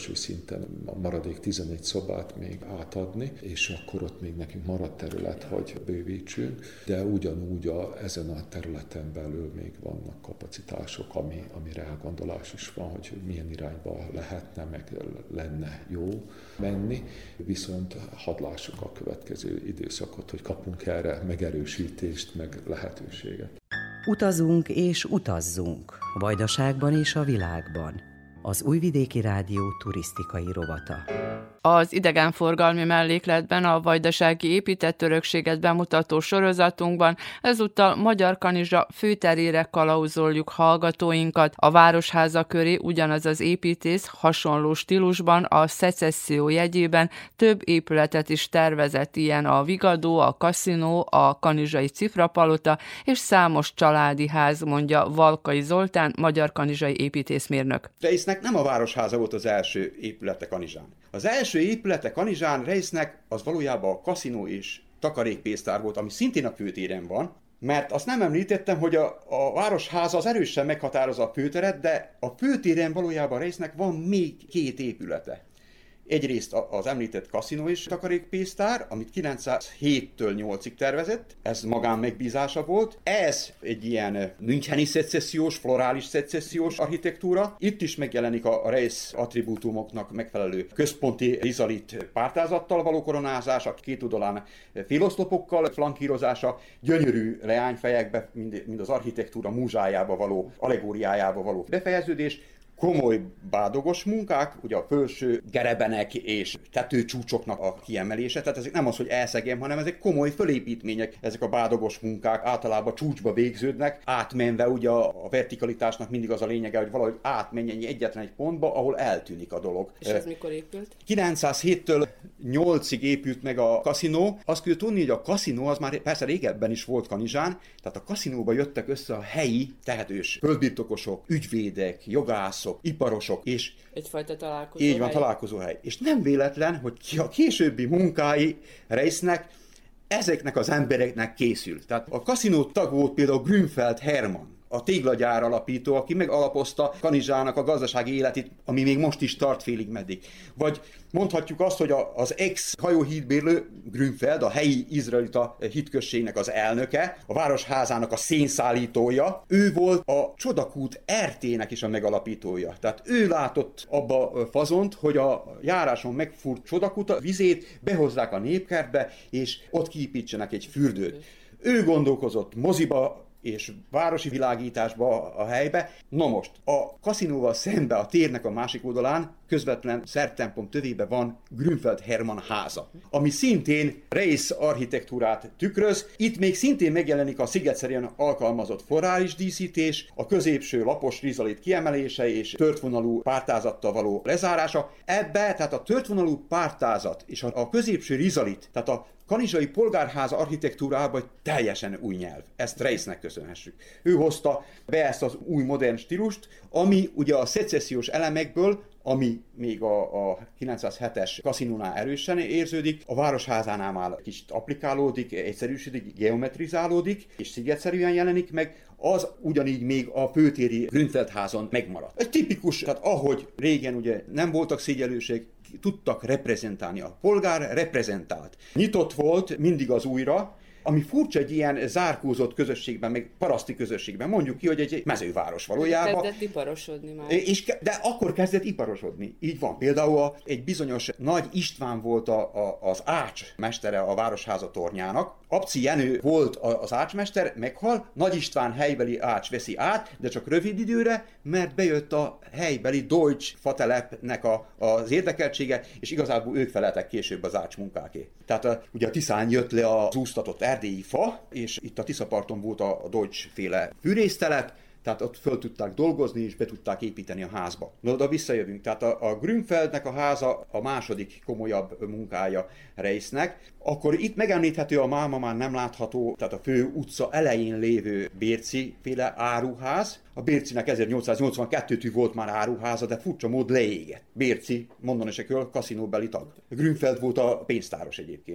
szinten a maradék tizenegy szobát még átadni, és akkor ott még nekünk maradt terület, hogy bővítsünk, de ugyanúgy a, ezen a területen belül még vannak kapacitások, ami, amire elgondolás is van, hogy milyen irányba lehetne, meg lenne jó menni, viszont hadd lássuk a következő időszakot, hogy kapunk erre megerősítést, meg lehetőséget. Utazunk és utazzunk, Vajdaságban és a világban. Az Újvidéki Rádió turisztikai rovata. Az idegenforgalmi mellékletben a vajdasági épített örökséget bemutató sorozatunkban ezúttal Magyar Kanizsa főterére kalauzoljuk hallgatóinkat. A Városháza köré ugyanaz az építész hasonló stílusban a szecesszió jegyében több épületet is tervezett, ilyen a Vigadó, a kaszinó, a kanizsai cifrapalota és számos családi ház, mondja Valkai Zoltán, magyar kanizsai építészmérnök. Reisznek nem a Városháza volt az első épülete Kanizsán. Az első épülete Kanizsán Reisznek az valójában a kaszinó és takarékpénztár volt, ami szintén a főtéren van, mert azt nem említettem, hogy a, a Városháza az erősen meghatározza a főteret, de a főtéren valójában Reisznek van még két épülete. Egyrészt az említett kaszinó és takarékpénztár, amit kilencszázhéttől nyolcig tervezett, ez magán megbízása volt. Ez egy ilyen müncheni szecessziós, florális szecessziós architektúra. Itt is megjelenik a Reisz attribútumoknak megfelelő központi rizalit pártázattal való koronázása, két oldalán féloszlopokkal flankírozása, gyönyörű leányfejekbe, mind, mind az architektúra múzsájába való, allegóriájába való befejeződés, komoly bádogos munkák, ugye a felső gerebenek és tetőcsúcsoknak a kiemelése, tehát ezek nem az, hogy elszegem, hanem ezek komoly fölépítmények, ezek a bádogos munkák általában csúcsba végződnek, átmenve ugye a vertikalitásnak mindig az a lényege, hogy valahogy átmenjen egyetlen egy pontba, ahol eltűnik a dolog. És ez mikor épült? kilencszázhéttől nyolcig épült meg a kaszinó. Azt kell tudni, hogy a kaszinó az már persze régebben is volt Kanizsán, tehát a kaszinóba jöttek össze a helyi tehetős földbirtokosok, ügyvédek, jogászok, iparosok, és egyfajta találkozóhely. Így van, találkozóhely. És nem véletlen, hogy a későbbi munkái Reisznek ezeknek az embereknek készül. Tehát a kaszinó tag volt például Grünfeld Hermann, a téglagyár alapító, aki megalapozta Kanizsának a gazdasági életét, ami még most is tart félig meddig. Vagy mondhatjuk azt, hogy az ex-hajóhídbérlő Grünfeld, a helyi izraelita hitközségnek az elnöke, a Városházának a szénszállítója, ő volt a Csodakút ertének is a megalapítója. Tehát ő látott abba fazont, hogy a járáson megfúrt Csodakút a vizét behozzák a népkertbe, és ott kiépítsenek egy fürdőt. Ő gondolkozott moziba, és városi világításba a helybe. Na most, a kaszinóval szembe a térnek a másik oldalán, közvetlen szertempont tövébe van Grünfeld Hermann háza, ami szintén Reisz architektúrát tükröz. Itt még szintén megjelenik a szigetszerűen alkalmazott florális díszítés, a középső lapos rizalit kiemelése és törtvonalú pártázattal való lezárása. Ebbe, tehát a törtvonalú pártázat és a középső rizalit, tehát a kanizsai polgárháza architektúrában egy teljesen új nyelv. Ezt Reisznek köszönhessük. Ő hozta be ezt az új modern stílust, ami ugye a szecessziós elemekből, ami még a, a kilencszázhetes kaszinónál erősen érződik, a Városházánál már kicsit applikálódik, egyszerűsödik, geometrizálódik, és szigetszerűen jelenik meg, az ugyanígy még a főtéri Grünfeld házon megmaradt. Egy tipikus, tehát ahogy régen ugye nem voltak szégyellőség, tudtak reprezentálni. A polgár reprezentált. Nyitott volt mindig az újra, ami furcsa egy ilyen zárkózott közösségben, meg paraszti közösségben. Mondjuk ki, hogy egy város valójában. Kezdett iparosodni már. És, de akkor kezdett iparosodni. Így van. Például a, egy bizonyos Nagy István volt a, a, az ácsmestere a Városháza tornyának. Abci Jenő volt az ácsmester, meghal, Nagy István helybeli ács veszi át, de csak rövid időre, mert bejött a helybeli Deutsch fatelepnek a, az érdekeltsége, és igazából ők feleltek később az ács munkáké. Tehát a, ugye a Tiszán jött le az úsztatott erdélyi fa, és itt a Tiszaparton volt a, a Deutsch féle fűrésztelep, tehát ott föl tudták dolgozni, és be tudták építeni a házba. Na, oda visszajövünk. Tehát a, a Grünfeldnek a háza a második komolyabb munkája Reisznek. Akkor itt megemlíthető a máma már nem látható, tehát a fő utca elején lévő Bérci féle áruház. A Bércinek ezernyolcszáznyolcvankettőtől volt már áruháza, de furcsa mód leégett. Bérci, mondani se kell, kaszinóbeli tag. Grünfeld volt a pénztáros egyébként. Tehát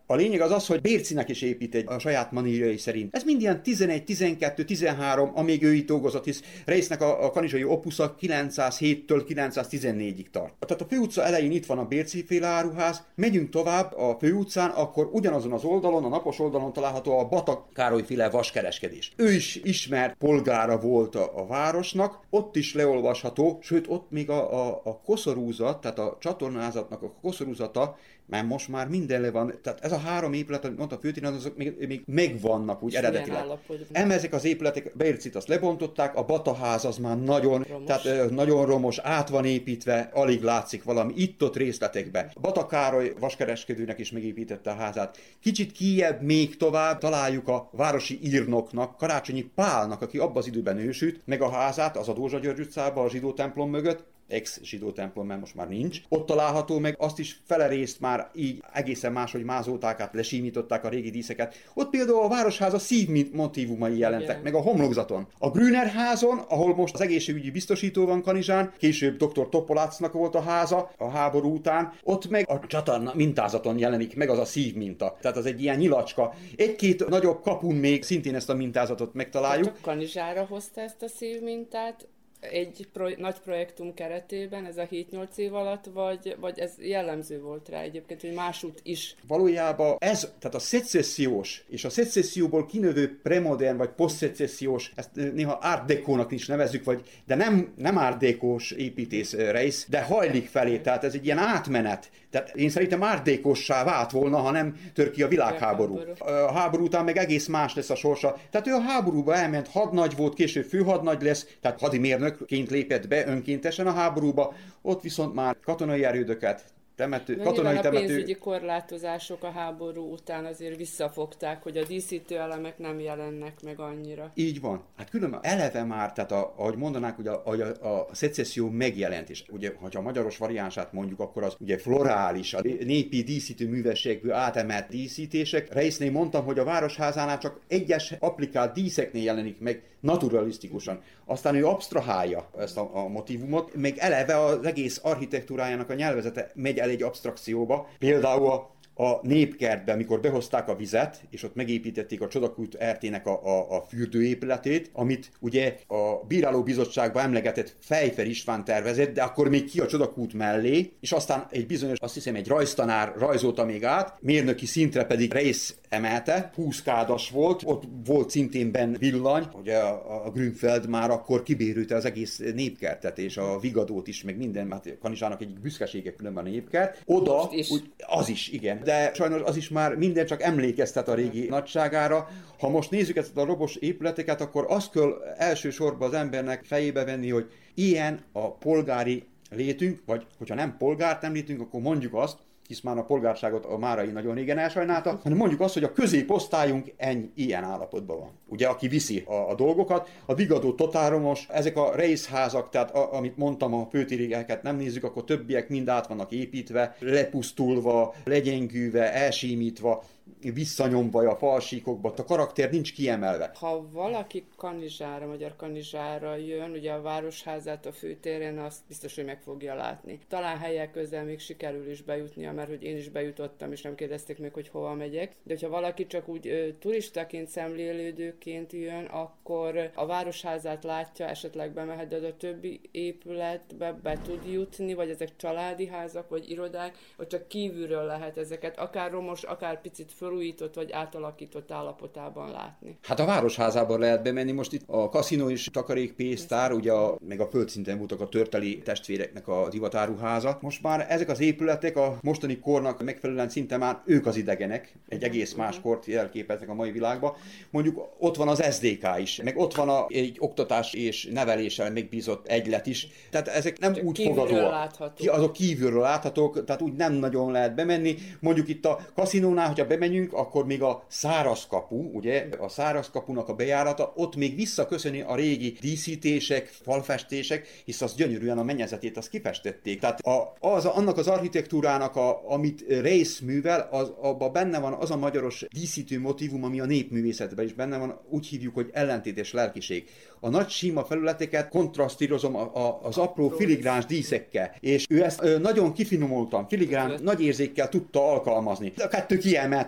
A lényeg az az, hogy Bércinek is épít egy a saját manírjai szerint. Ez mind ilyen tizenegy, tizenkettő, tizenhárom, amíg ő itt dolgozott, hisz Reissnek a, a kanizsai opusza kilencszázhéttől kilencszáztizennégyig tart. Tehát a főutca elején itt van a Bérci féle áruház, megyünk tovább a főutcán, akkor ugyanazon az oldalon, a napos oldalon található a Bata Károly féle vaskereskedés. Ő is ismert polgára volt a, a városnak, ott is leolvasható, sőt ott még a, a, a koszorúzat, tehát a csatornázatnak a koszorúzata, mert most már mindenle van, tehát ez a három épület, amit mondta a főtérnál, azok még, még megvannak úgy eredetileg. Eme ezek az épületek, Bércit azt lebontották, a Bataház az már nagyon, romos. tehát nagyon romos, át van építve, alig látszik valami itt-ott részletekbe. Bata Károly vaskereskedőnek is megépítette a házát. Kicsit kijebb, még tovább találjuk a városi írnoknak, Karácsonyi Pálnak, aki abban az időben ősült, meg a házát, az a Dózsa György utcában, a zsidó templom mögött, ex-zsidó templom, mert most már nincs. Ott található meg, azt is felerészt már így egészen máshogy mázolták át, lesímították a régi díszeket. Ott például a városháza szív motívumai jelentek, igen. meg a homlokzaton. A Grüner házon, ahol most az egészségügyi biztosító van Kanizsán, később doktor Topolácnak volt a háza a háború után, ott meg a csatorna mintázaton jelenik meg az a szív minta. Tehát az egy ilyen nyilacska. Egy-két nagyobb kapun még szintén ezt a mintázatot megtaláljuk. Tehát a Kanizsára hozta ezt a szív mintát? Egy pro- nagy projektum keretében, ez a hét-nyolc év alatt, vagy, vagy ez jellemző volt rá egyébként, hogy másút is? Valójában ez, tehát a szecessziós és a szecesszióból kinövő premodern vagy posztszecessziós, ezt néha art décónak is nevezzük, vagy, de nem, nem art décós építész Reisz, de hajlik felé, tehát ez egy ilyen átmenet. Tehát én szerintem art décossá vált volna, ha nem tör ki a világháború. A háború után meg egész más lesz a sorsa. Tehát ő a háborúba elment, hadnagy volt, később főhadnagy lesz, tehát hadimérnökként lépett be önkéntesen a háborúba, ott viszont már katonai erődöket, temető, katonai a temető... pénzügyi korlátozások a háború után azért visszafogták, hogy a díszítő elemek nem jelennek meg annyira. Így van. Hát különben eleve már, tehát a, ahogy mondanák, hogy a, a, a szecesszió megjelent is. Ugye, ha a magyaros variánsát mondjuk, akkor az ugye florális, a népi díszítő művességből átemelt díszítések. Reissnél mondtam, hogy a városházánál csak egyes applikált díszeknél jelenik meg naturalisztikusan. Aztán ő absztrahálja ezt a, a motívumot, meg eleve az egész architektúrájának a nyelvezete megy el egy absztrakcióba. Például a a népkertben, amikor behozták a vizet, és ott megépítették a Csodakút ertének a, a, a fürdőépületét, amit ugye a bírálóbizottságban emlegetett Fejfer István tervezett, de akkor még ki a Csodakút mellé, és aztán egy bizonyos, azt hiszem egy rajztanár rajzolta még át, mérnöki szintre pedig Reisz emelte, húsz kádas volt, ott volt szintén benn villany, ugye a, a Grünfeld már akkor kibérülte az egész népkertet, és a Vigadót is, meg minden, mert Kanizsának egyik büszkesége különben a népkert. Oda, is. Úgy, az is, igen. De sajnos az is már minden csak emlékeztet a régi nagyságára. Ha most nézzük ezt a robos épületeket, akkor azt kell elsősorban az embernek fejébe venni, hogy ilyen a polgári létünk, vagy hogyha nem polgárt nem létünk, akkor mondjuk azt, hisz már a polgárságot a Márai nagyon régen elsajnálta, hanem mondjuk azt, hogy a középosztályunk ennyi, ilyen állapotban van. Ugye, aki viszi a, a dolgokat, a Vigadó totálromos, ezek a Reisz házak, tehát a, amit mondtam, a főtérégeket nem nézzük, akkor többiek mind át vannak építve, lepusztulva, legyengülve, elsímítva, visszanyomva a falsíkokba, a karakter nincs kiemelve. Ha valaki Kanizsára, Magyar Kanizsára jön, ugye a Városházát a főtéren, azt biztos, hogy meg fogja látni. Talán helyek közel még sikerül is bejutnia, mert hogy én is bejutottam, és nem kérdezték még, hogy hova megyek. De hogyha valaki csak úgy ö, turistaként, szemlélődőként jön, akkor a Városházát látja, esetleg bemehet, de a többi épületbe be tud jutni, vagy ezek családi házak, vagy irodák, vagy csak kívülről lehet ezeket, akár romos, akár picit felújított vagy átalakított állapotában látni. Hát a Városházában lehet bemenni, most itt a kaszinó is takarékpénztár, ugye a, meg a földszinten voltak a Törteli testvéreknek a divatáruháza. Most már ezek az épületek a mostani kornak megfelelően szinte már ők az idegenek, egy egész más kort jelképeznek a mai világban. Mondjuk ott van az es dé ká is, meg ott van a, egy oktatás és neveléssel megbízott egylet is. Tehát ezek nem úgy fogadóak. Azok kívülről láthatók, tehát úgy nem nagyon lehet bemenni. Mondjuk itt a kaszinónál, hogyha bemegyünk, akkor még a szárazkapu, ugye, a szárazkapunak a bejárata, ott még visszaköszöni a régi díszítések, falfestések, hisz az gyönyörűen a mennyezetét azt kifestették. Tehát a, az, annak az architektúrának, a, amit Reisz művel, az, abban benne van az a magyaros díszítő motívum, ami a népművészetben is benne van, úgy hívjuk, hogy ellentétes lelkiség. A nagy sima felületeket kontrasztírozom a, a, az apró filigráns díszekkel, és ő ezt ö, nagyon kifinomultan, filigrán, nagy érzékkel tudta alkalmazni. A kettő kiemelte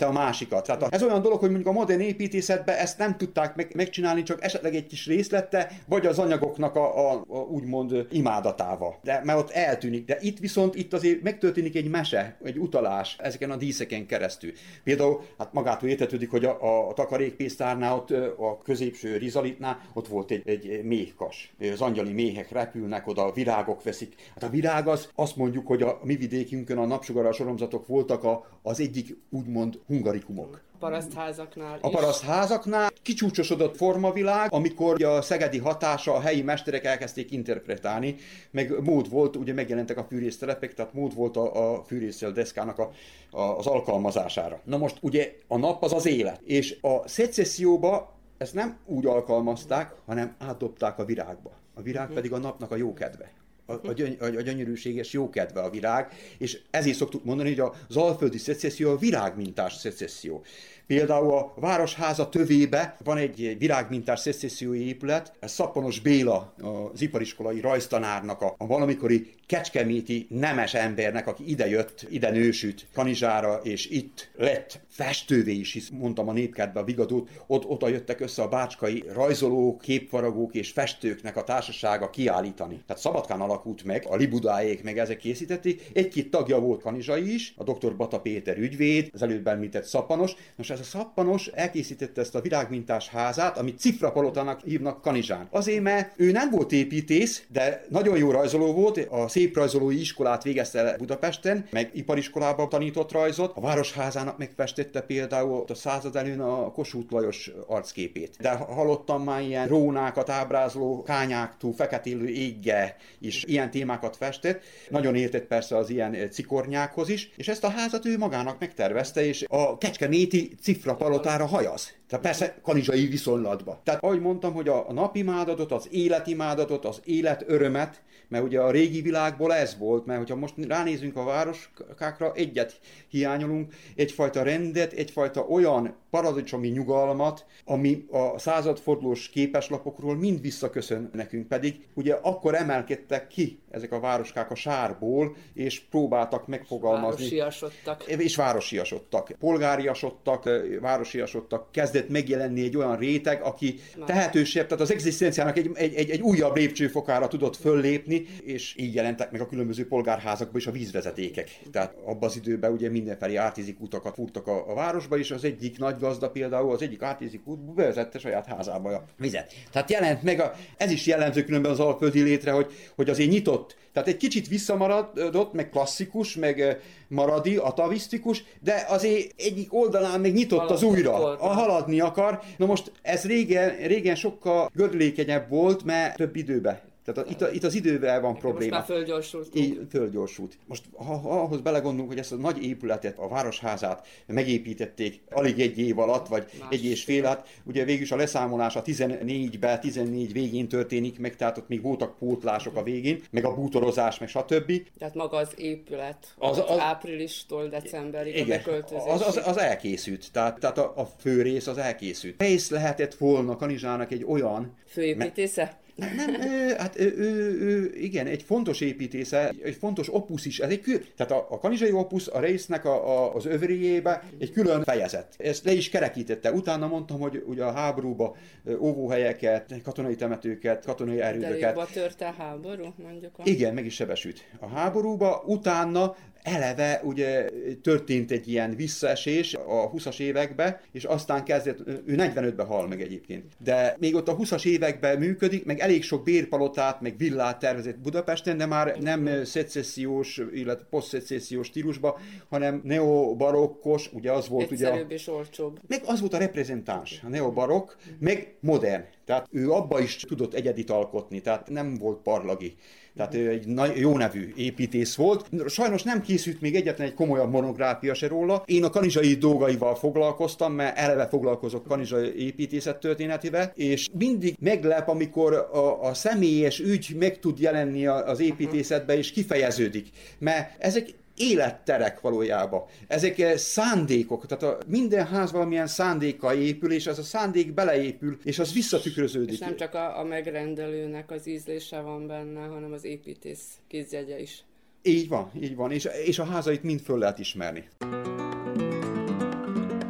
a másikat. Tehát ez olyan dolog, hogy mondjuk a modern építészetben ezt nem tudták meg, megcsinálni, csak esetleg egy kis részlette, vagy az anyagoknak a, a, a úgymond imádatával. De mert ott eltűnik. De itt viszont itt azért megtörténik egy mese, egy utalás ezeken a díszeken keresztül. Például, hát magától értetődik, hogy a, a takarékpénztárnál, ott a középső rizalitnál, ott volt egy, egy méhkas. Az angyali méhek repülnek oda, a virágok veszik. Hát a virág az, azt mondjuk, hogy a mi vidékünkön a napsugaras soromzatok voltak a, az egyik úgymond hungarikumok. Parasztházaknál A parasztházaknál kicsúcsosodott formavilág, amikor a szegedi hatása a helyi mesterek elkezdték interpretálni, meg mód volt, ugye megjelentek a fűrésztelepek, tehát mód volt a, a fűrészsel deszkának a, a, az alkalmazására. Na most ugye a nap az az élet, és a szecesszióba ezt nem úgy alkalmazták, hanem átdobták a virágba. A virág pedig a napnak a jókedve. A, a, gyöny, a gyönyörűséges jókedve a virág, és ezért szoktuk mondani, hogy az alföldi szecesszió a virágmintás szecesszió. Például a Városháza tövébe van egy virágmintás szecessziói épület, ez Szappanos Béla, az ipariskolai rajztanárnak, a, a valamikori kecskeméti nemes embernek, aki idejött, ide nősült Kanizsára, és itt lett festővé is, hisz mondtam a Népkertbe a Vigadót, ott, oda jöttek össze a bácskai rajzolók, képfaragók és festőknek a társasága kiállítani. Tehát Szabadkán alakult meg, a Libudáék meg ezek készítették, egy-két tagja volt kanizsai is, a doktor Bata Péter ügyvéd, az előbb említett Szappanos. Nos, ez a Szappanos elkészítette ezt a virágmintás házát, amit Cifrapalotának hívnak Kanizsán. Azért, mert ő nem volt építész, de nagyon jó rajzoló volt, a széprajzolói iskolát végezte el Budapesten, meg ipariskolában tanított rajzot. A Városházának megfestette például a század előn a Kossuth Lajos arcképét. De hallottam már ilyen rónákat ábrázoló, kányáktól feketélő éggel is ilyen témákat festett. Nagyon értett persze az ilyen cikornyákhoz is, és ezt a házat ő magának megtervezte, és a kecskeméti Cifrapalotára hajaz. Tehát persze kanizsai viszonylatban. Tehát ahogy mondtam, hogy a napimádatot, az életimádatot, az életörömet, mert ugye a régi világból ez volt, mert hogyha most ránézünk a városkákra, egyet hiányolunk, egyfajta rendet, egyfajta olyan paradicsomi nyugalmat, ami a századfordulós képeslapokról mind visszaköszön nekünk, pedig ugye akkor emelkedtek ki ezek a városkák a sárból, és próbáltak megfogalmazni. Városiasodtak. És városiasodtak. Polgáriasodtak, városiasodtak, kezdett megjelenni egy olyan réteg, aki tehetősebb, tehát az egzisztenciának egy, egy, egy, egy újabb lépcsőfokára tudott föllépni, és így jelentek meg a különböző polgárházakban is a vízvezetékek. Tehát abban az időben ugye mindenfelé ártízik utakat fúrtak a, a városba, és az egyik nagy gazda például az egyik ártízik út bevezette saját házába a vizet. Tehát jelent meg, a, ez is jellemző különben az alföldi létre, hogy, hogy azért nyitott. Tehát egy kicsit visszamaradott, meg klasszikus, meg maradi, atavisztikus, de azért egyik oldalán meg nyitott Halad, az újra. A haladni akar. Na most ez régen, régen sokkal gördülékenyebb volt, mert több időbe. Tehát itt, itt az idővel van probléma. Most már fölgyorsult. Így, fölgyorsult. Most ha, ha ahhoz belegondolunk, hogy ezt a nagy épületet, a Városházát megépítették alig egy év alatt, vagy Más egy és fél alatt, ugye végülis a leszámolás a tizennégyben, tizennégy végén történik meg, tehát ott még voltak pótlások a végén, meg a bútorozás, meg stb. Tehát maga az épület az, az, az áprilistól decemberig igen, a beköltözésig. Az, az, az elkészült, tehát, tehát a, a fő rész az elkészült. Rész lehetett volna Kanizsának egy olyan... Főépítésze? Nem, nem, ő, hát ő, ő, ő, igen, egy fontos építésze, egy fontos opusz is. Ez egy kül... Tehát a, a kanizsai opusz a résznek a, a, az övréjébe egy külön fejezet. Ezt le is kerekítette. Utána mondtam, hogy ugye a háborúba óvóhelyeket, katonai temetőket, katonai erődöket. De jobban tört a háború, mondjuk? A... Igen, meg is sebesült. A háborúba utána eleve ugye történt egy ilyen visszaesés a huszas években, és aztán kezdett, ő negyvenötben hal meg egyébként. De még ott a huszas években működik, meg elég sok bérpalotát, meg villát tervezett Budapesten, de már nem szecessziós, illetve posztszecessziós stílusban, hanem neobarokkos, ugye az volt egyszerűbb ugye... A, és olcsóbb. meg az volt a reprezentáns, a neobarokk, meg modern. Tehát ő abba is tudott egyedit alkotni, tehát nem volt parlagi. Tehát ő egy nagy, jó nevű építész volt. Sajnos nem készült még egyetlen egy komolyabb monográfia se róla. Én a kanizsai dolgaival foglalkoztam, mert eleve foglalkozok kanizsai építészet történetével, és mindig meglep, amikor a, a személyes ügy meg tud jelenni az építészetbe, és kifejeződik. Mert ezek életterek valójában. Ezek szándékok, tehát a minden ház valamilyen szándékkal épül, és az a szándék beleépül, és az visszatükröződik. És nem csak a, a megrendelőnek az ízlése van benne, hanem az építész kézjegye is. Így van, így van, és, és a házait mind föl lehet ismerni.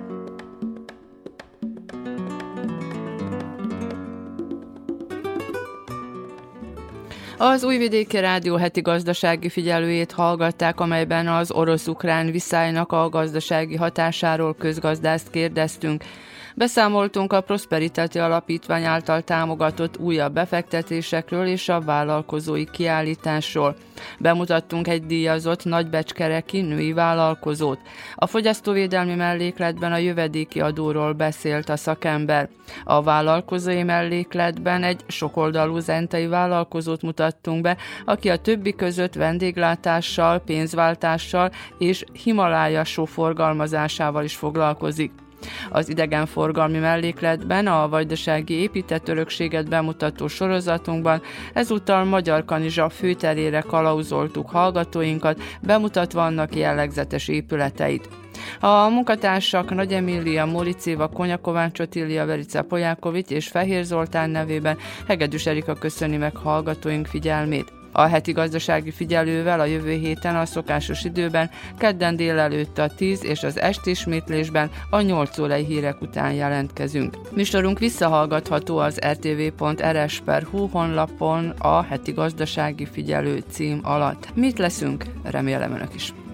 Az Újvidéki Rádió heti gazdasági figyelőjét hallgatták, amelyben az orosz-ukrán viszálynak a gazdasági hatásáról közgazdászt kérdeztünk. Beszámoltunk a Prosperitáti Alapítvány által támogatott újabb befektetésekről és a vállalkozói kiállításról. Bemutattunk egy díjazott nagybecskereki női vállalkozót. A fogyasztóvédelmi mellékletben a jövedéki adóról beszélt a szakember. A vállalkozói mellékletben egy sokoldalú zentai vállalkozót mutattunk be, aki a többi között vendéglátással, pénzváltással és Himalája só forgalmazásával is foglalkozik. Az idegenforgalmi mellékletben a vajdasági épített örökséget bemutató sorozatunkban ezúttal Magyar Kanizsa főterére kalauzoltuk hallgatóinkat, bemutatva annak jellegzetes épületeit. A munkatársak Nagy Emília, Móricz Konya Kovács Otília, Verica Polyákovics és Fehér Zoltán nevében Hegedűs Erika köszöni meg hallgatóink figyelmét. A heti gazdasági figyelővel a jövő héten a szokásos időben, kedden délelőtt a tíz és az esti ismétlésben a nyolc órai hírek után jelentkezünk. Műsorunk visszahallgatható az er té vé pont er es pont hú honlapon a heti gazdasági figyelő cím alatt. Mit leszünk? Remélem önök is.